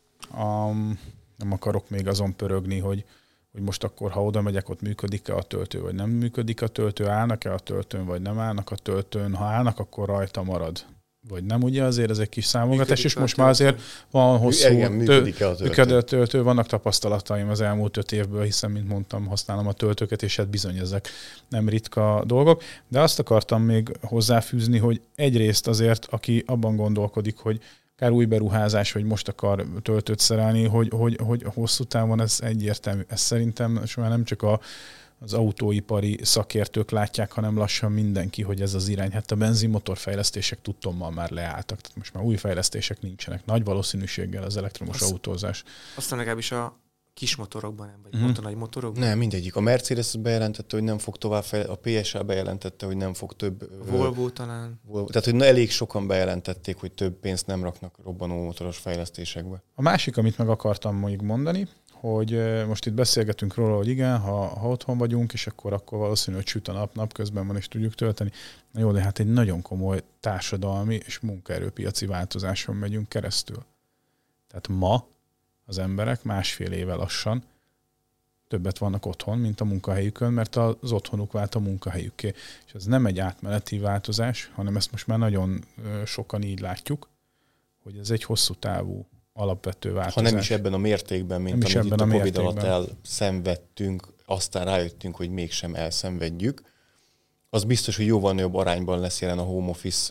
Nem akarok még azon pörögni, hogy most akkor, ha oda megyek, ott működik-e a töltő, vagy nem működik a töltő, állnak-e a töltőn, vagy nem állnak a töltőn. Ha állnak, akkor rajta marad. vagy nem, ugye azért ez egy kis számogatás, Működik és a most már azért van hosszú működő vannak tapasztalataim az elmúlt 5 évből, hiszen, mint mondtam, használom a töltőket, és hát bizony ezek nem ritka dolgok. De azt akartam még hozzáfűzni, hogy egyrészt azért, aki abban gondolkodik, hogy akár új beruházás, hogy most akar töltőt szerelni, hogy hosszú távon ez egyértelmű. Ez szerintem soha nem csak az autóipari szakértők látják, hanem lassan mindenki, hogy ez az irány. Hát a benzinmotorfejlesztések tudtommal már leálltak. Tehát most már új fejlesztések nincsenek. Nagy valószínűséggel az elektromos autózás. Aztán legalábbis a kis motorokban nem, vagy pont a nagy motorokban? Nem, mindegyik. A Mercedes bejelentette, hogy nem fog tovább a PSA bejelentette, hogy nem fog több... Volvo talán. Tehát, hogy elég sokan bejelentették, hogy több pénzt nem raknak robbanó motoros fejlesztésekbe. A másik, amit meg akartam még mondani, hogy most itt beszélgetünk róla, hogy igen, ha otthon vagyunk, és akkor valószínű, hogy süt a nap, napközben van, és tudjuk tölteni. Na jó, de hát egy nagyon komoly társadalmi és munkaerőpiaci változáson megyünk keresztül. Tehát ma az emberek 1,5 éve lassan többet vannak otthon, mint a munkahelyükön, mert az otthonuk vált a munkahelyükké. És ez nem egy átmeneti változás, hanem ezt most már nagyon sokan így látjuk, hogy ez egy hosszú távú alapvető változás. Ha nem is ebben a mértékben, mint amit itt a Covid alatt elszenvedtünk, aztán rájöttünk, hogy mégsem elszenvedjük, az biztos, hogy jóval nagyobb arányban lesz jelen a home office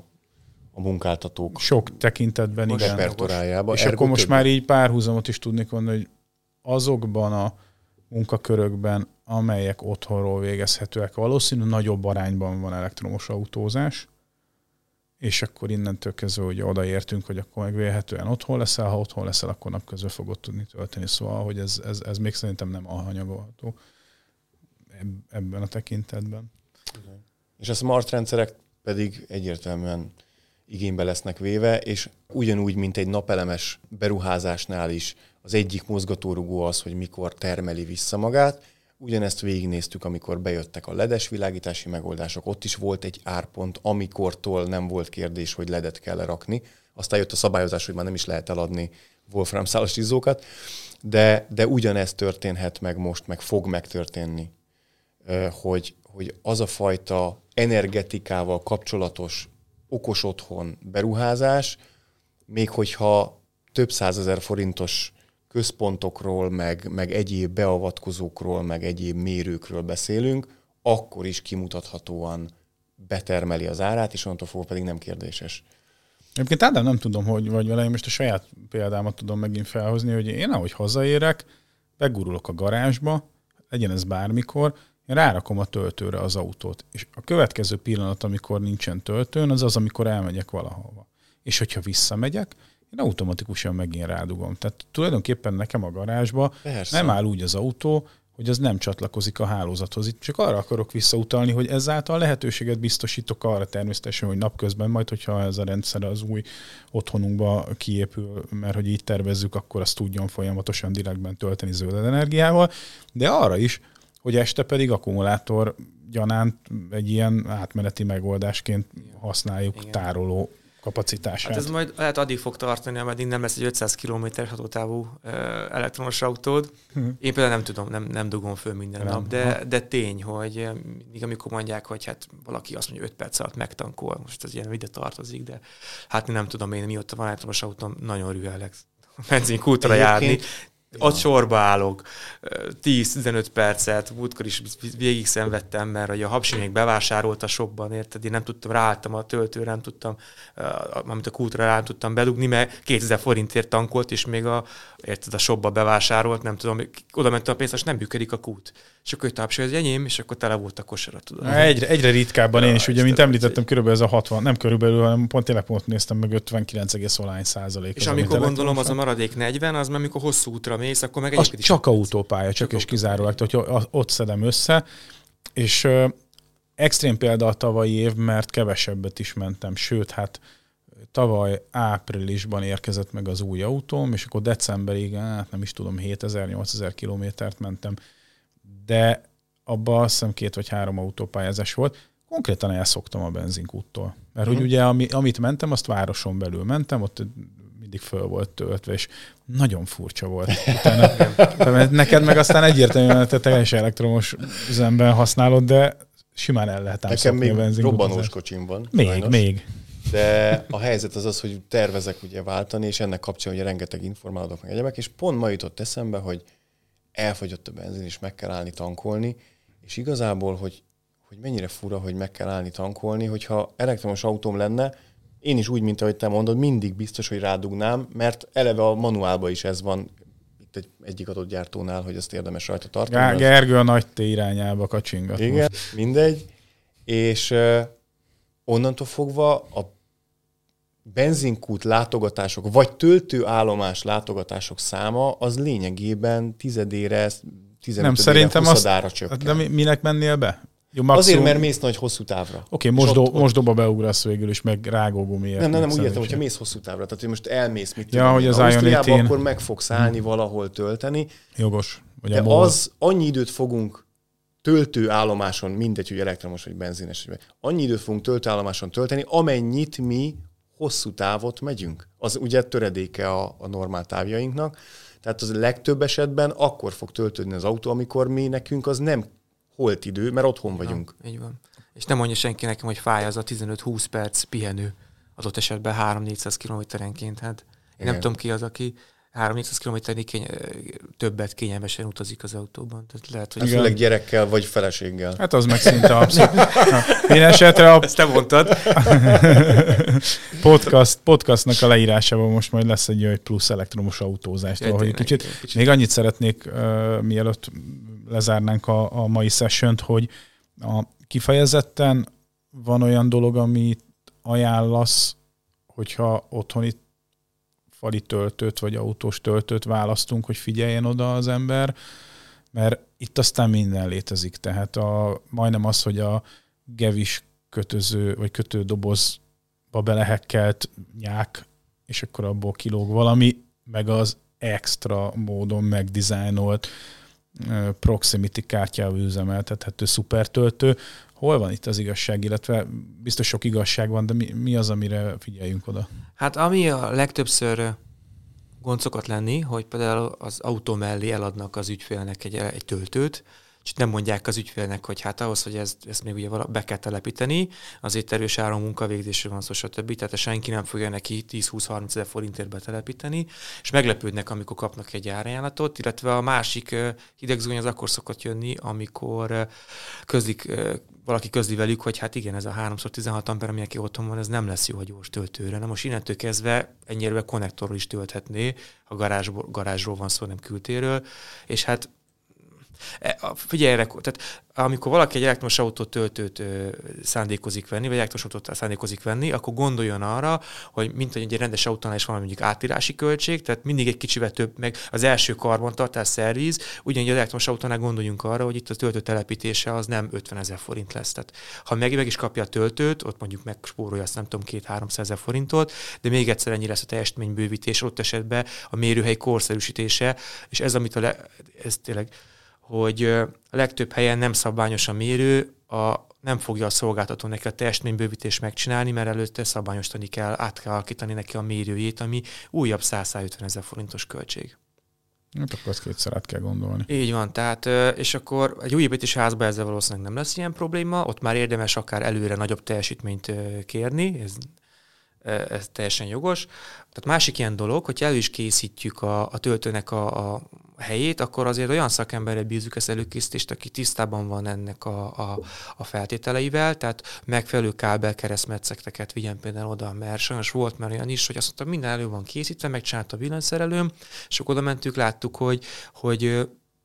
a munkáltatók sok tekintetben igen. repertorájában. És akkor most már így párhuzamot is tudnék mondani, hogy azokban a munkakörökben, amelyek otthonról végezhetőek, valószínű nagyobb arányban van elektromos autózás, és akkor innentől kezdve ugye odaértünk, hogy akkor meg vélhetően otthon leszel, ha otthon leszel, akkor napközben fogod tudni tölteni. Szóval, hogy ez még szerintem nem alhanyagolható ebben a tekintetben. És a smart rendszerek pedig egyértelműen igénybe lesznek véve, és ugyanúgy, mint egy napelemes beruházásnál is az egyik mozgatórugó az, hogy mikor termeli vissza magát, ugyanezt végignéztük, amikor bejöttek a ledes világítási megoldások. Ott is volt egy árpont, amikortól nem volt kérdés, hogy ledet kell rakni. Aztán jött a szabályozás, hogy már nem is lehet eladni Wolfram szálas izzókat, de ugyanezt történhet meg most, meg fog megtörténni, hogy az a fajta energetikával kapcsolatos okos otthon beruházás, még hogyha több 100 000 forintos központokról, meg egyéb beavatkozókról, meg egyéb mérőkről beszélünk, akkor is kimutathatóan betermeli az árát, és onnantól fogva pedig nem kérdéses. Egyébként Ádám, nem tudom, hogy vagy vele, én most a saját példámat tudom megint felhozni, hogy én ahogy hazaérek, begurulok a garázsba, legyen ez bármikor, én rárakom a töltőre az autót. És a következő pillanat, amikor nincsen töltőn, az, amikor elmegyek valahova. És hogyha visszamegyek, én automatikusan megint rádugom. Tehát tulajdonképpen nekem a garázsba nem áll úgy az autó, hogy az nem csatlakozik a hálózathoz. Itt csak arra akarok visszautalni, hogy ezáltal lehetőséget biztosítok arra természetesen, hogy napközben majd, hogyha ez a rendszer az új otthonunkba kiépül, mert hogy így tervezzük, akkor azt tudjon folyamatosan direktben tölteni zöld energiával, de arra is, hogy este pedig akkumulátor gyanánt egy ilyen átmeneti megoldásként használjuk igen. Tároló kapacitását. Hát ez majd lehet addig fog tartani, ameddig nem lesz egy 500 km hatótávú elektromos autód. Én például nem tudom, nem dugom föl minden nap, de tény, hogy mindig amikor mondják, hogy hát valaki azt mondja 5 perc alatt megtankol, most ez ilyen ide tartozik, de hát nem tudom én, mióta van elektromos autóm, nagyon rühelek benzinkútra járni. Ott sorba állok 10-15 percet, múltkor is végig szenvedtem, mert a Habsi még bevásárolt a shopban, érted? Én nem tudtam, ráálltam a töltőre, nem tudtam, amit a kútra rá nem tudtam bedugni, mert 2000 forintért tankolt, és még a shopba bevásárolt, nem tudom, oda mentem a pénzt, és nem működik a kút. És akkor jött a Habsi, hogy enyém, és akkor tele volt a kosara, tudod. Egyre ritkábban én is, ugye, mint említettem, körülbelül ez a 60, nem körülbelül, hanem pont néztem meg 59,1%. És amikor gondolom, az a maradék 40, az már mikor hosszú útra mész, akkor meg egyébként csak autópálya, csak és kizárólag, hogy ott szedem össze, és extrém példa a tavalyi év, mert kevesebbet is mentem, sőt, hát tavaly áprilisban érkezett meg az új autóm, és akkor decemberig, hát nem is tudom, 7000-8000 kilométert mentem, de abban azt hiszem 2 vagy 3 autópályázás volt, konkrétan elszoktam a benzinkúttól. Mert hogy ugye amit mentem, azt városon belül mentem, ott mindig föl volt töltve, és nagyon furcsa volt. Utána, neked meg aztán egyértelműen, hogy te teljesen elektromos üzemben használod, de simán el lehet ám szokni a benzinkúthoz. Nekem még robbanós kocsim van. Még. De a helyzet az, hogy tervezek ugye váltani, és ennek kapcsán ugye rengeteg informálódok meg egyemek, és pont ma jutott eszembe, hogy elfogyott a benzin, és meg kell állni tankolni, és igazából, hogy mennyire fura, hogy meg kell állni tankolni, hogyha elektromos autóm lenne, én is úgy, mint ahogy te mondod, mindig biztos, hogy rádugnám, mert eleve a manuálban is ez van itt egyik adott gyártónál, hogy ezt érdemes rajta tartani. Gergő a nagy T irányába kacsingat. Igen, most. Mindegy. És onnantól fogva a benzinkút látogatások, vagy töltőállomás látogatások száma az lényegében 10-ére, 15-ére, 20-ára csökken. De minek mennél be? Jó, azért, mert mész nagy hosszú távra. Oké, most doba beugrasz végül is, meg rágógumiért. Nem, úgy értem, hogyha mész hosszú távra. Tehát, hogy most elmész, mit tudom, hogy az Ausztriába, akkor meg fogsz állni valahol tölteni. Jogos. Vagy de az annyi időt fogunk töltőállomáson, mindegy, hogy elektromos vagy benzines, annyi időt fogunk töltőállomáson tölteni, amennyit mi hosszú távot megyünk. Az ugye töredéke a normál távjainknak. Tehát az legtöbb esetben akkor fog töltődni az autó, amikor nekünk az nem holt idő, mert otthon vagyunk. Így van. És nem mondja senki nekem, hogy fáj az a 15-20 perc pihenő adott esetben 3-400 kilométerenként. Hát én nem tudom ki az, aki 3-400 kilométerni többet kényelmesen utazik az autóban. Tehát lehet, hogy főleg gyerekkel vagy feleséggel. Hát az meg szinte abszolút. Én esetre ezt te mondtad. Podcastnak a leírásában most majd lesz egy plusz elektromos autózást. Kicsit. Még annyit szeretnék, mielőtt lezárnánk a mai sessiont, hogy kifejezetten van olyan dolog, amit ajánlasz, hogyha otthoni fali töltőt vagy autós töltőt választunk, hogy figyeljen oda az ember, mert itt aztán minden létezik. Tehát majdnem az, hogy a gevis kötöző vagy kötődobozba belehekkelt nyák, és akkor abból kilóg valami, meg az extra módon megdizájnolt proximity kártyával üzemeltethető szupertöltő. Hol van itt az igazság, illetve biztos sok igazság van, de mi az, amire figyeljünk oda? Hát ami a legtöbbször gond szokott lenni, hogy például az autó mellé eladnak az ügyfélnek egy töltőt, és nem mondják az ügyfélnek, hogy hát ahhoz, hogy ezt még ugye be kell telepíteni, azért erős áron munkavégzésről van szó, stb. Tehát senki nem fogja neki 10-20-30 ezer forintért betelepíteni, és meglepődnek, amikor kapnak egy árajánlatot, illetve a másik hidegzúny az akkor szokott jönni, amikor valaki közli velük, hogy hát igen, ez a 3x16 amper, ami aki otthon van, ez nem lesz jó a gyors töltőre. Na most innentől kezdve ennyire konnektorról is tölthetné, ha garázsról van szó, nem kültéről, és hát figyelj erre, tehát amikor valaki egy elektromos autó-töltőt szándékozik venni, vagy elektromos autót szándékozik venni, akkor gondoljon arra, hogy mint egy rendes autónál is van mondjuk átírási költség, tehát mindig egy kicsivel több, meg az első karbantartás, szerviz, ugyanígy az elektromos autónál gondoljunk arra, hogy itt a töltő telepítése az nem 50 000 forint lesz. Tehát ha meg is kapja a töltőt, ott mondjuk megspórolja azt nem tudom 200-300 000 forintot, de még egyszer ennyi lesz a teljesítménybővítés, ott esetben a mérőhely korszerűsítése, és ez amit ez tényleg, hogy a legtöbb helyen nem szabványos a mérő, nem fogja a szolgáltató neki a teljesítménybővítést megcsinálni, mert előtte szabványosítani kell, át kell alakítani neki a mérőjét, ami újabb 100-150 000 forintos költség. Hát akkor azt kétszer át kell gondolni. Így van, tehát, és akkor egy új építési házban ezzel valószínűleg nem lesz ilyen probléma, ott már érdemes akár előre nagyobb teljesítményt kérni, ez teljesen jogos. Tehát másik ilyen dolog, hogy elő is készítjük a töltőnek a helyét, akkor azért olyan szakemberre bízzuk ezt előkészítést, aki tisztában van ennek a feltételeivel, tehát megfelelő kábelkeresztmetszeteket vigyen például oda, mert sajnos volt már olyan is, hogy azt mondta, minden elő van készítve, megcsinálta a villanyszerelőm, és akkor oda mentünk, láttuk, hogy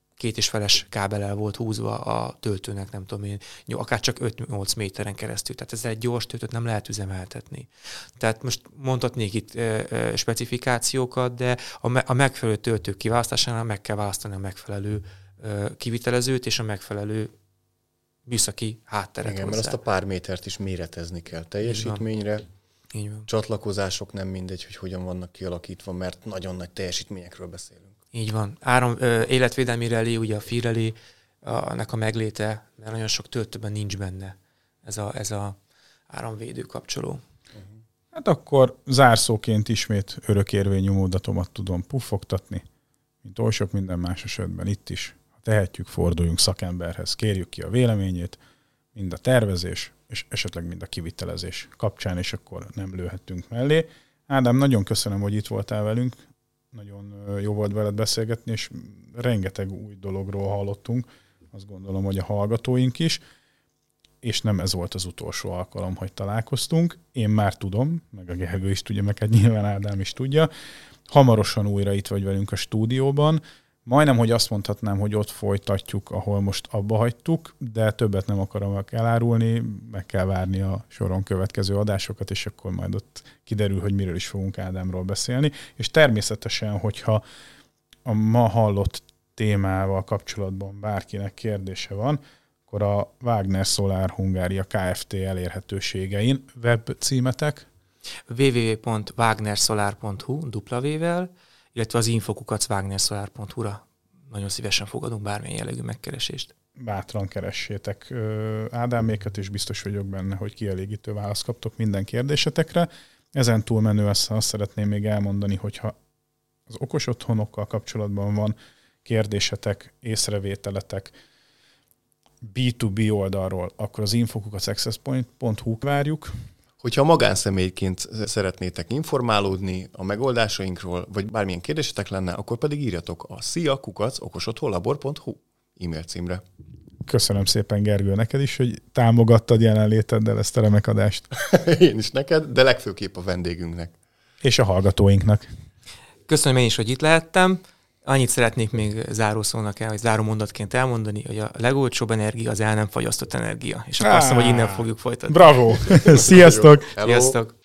2,5 kábellel volt húzva a töltőnek, nem tudom én, akár csak 5-8 méteren keresztül. Tehát ezzel egy gyors töltőt nem lehet üzemeltetni. Tehát most mondhatnék itt specifikációkat, de a megfelelő töltők kiválasztásánál meg kell választani a megfelelő kivitelezőt és a megfelelő műszaki hátteret. Igen, hozzá. Mert azt a pár métert is méretezni kell teljesítményre. Így van. Csatlakozások nem mindegy, hogy hogyan vannak kialakítva, mert nagyon nagy teljesítményekről beszélünk. Így van. Életvédelmi relé, ugye a FI-relé, annak a megléte, mert nagyon sok töltőben nincs benne ez a áramvédő kapcsoló. Hát akkor zárszóként ismét örökérvényű módatomat tudom puffogtatni, mint oly sok minden más esetben itt is. Ha tehetjük, forduljunk szakemberhez, kérjük ki a véleményét, mind a tervezés, és esetleg mind a kivitelezés kapcsán, és akkor nem lőhetünk mellé. Ádám, nagyon köszönöm, hogy itt voltál velünk. Nagyon jó volt veled beszélgetni, és rengeteg új dologról hallottunk. Azt gondolom, hogy a hallgatóink is. És nem ez volt az utolsó alkalom, hogy találkoztunk. Én már tudom, meg a Gergő is tudja, meg hát nyilván Ádám is tudja. Hamarosan újra itt vagy velünk a stúdióban. Majdnem, hogy azt mondhatnám, hogy ott folytatjuk, ahol most abba hagytuk, de többet nem akarom elárulni, meg kell várni a soron következő adásokat, és akkor majd ott kiderül, hogy miről is fogunk Ádámról beszélni. És természetesen, hogyha a ma hallott témával kapcsolatban bárkinek kérdése van, akkor a Wagner Solar Hungária Kft. Elérhetőségein webcímetek www.wagnersolar.hu W-vel, illetve az info@wagnersolar.hu-ra nagyon szívesen fogadunk bármilyen jellegű megkeresést. Bátran keressétek Ádámékat, és biztos vagyok benne, hogy kielégítő választ kaptok minden kérdésetekre. Ezen túlmenő azt szeretném még elmondani, hogyha az okos otthonokkal kapcsolatban van kérdésetek, észrevételetek B2B oldalról, akkor az info@accesspoint.hu várjuk. Hogyha magánszemélyként szeretnétek informálódni a megoldásainkról, vagy bármilyen kérdésetek lenne, akkor pedig írjatok a szia@okosotthonlabor.hu e-mail címre. Köszönöm szépen, Gergő, neked is, hogy támogattad jelenléteddel ezt a remek adást. Én is neked, de legfőképp a vendégünknek. És a hallgatóinknak. Köszönöm én is, hogy itt lehettem. Annyit szeretnék még zárószónak vagy zárómondatként elmondani, hogy a legolcsóbb energia az el nem fagyasztott energia. És akkor azt hiszem, hogy innen fogjuk folytatni. Bravo! Sziasztok! Sziasztok!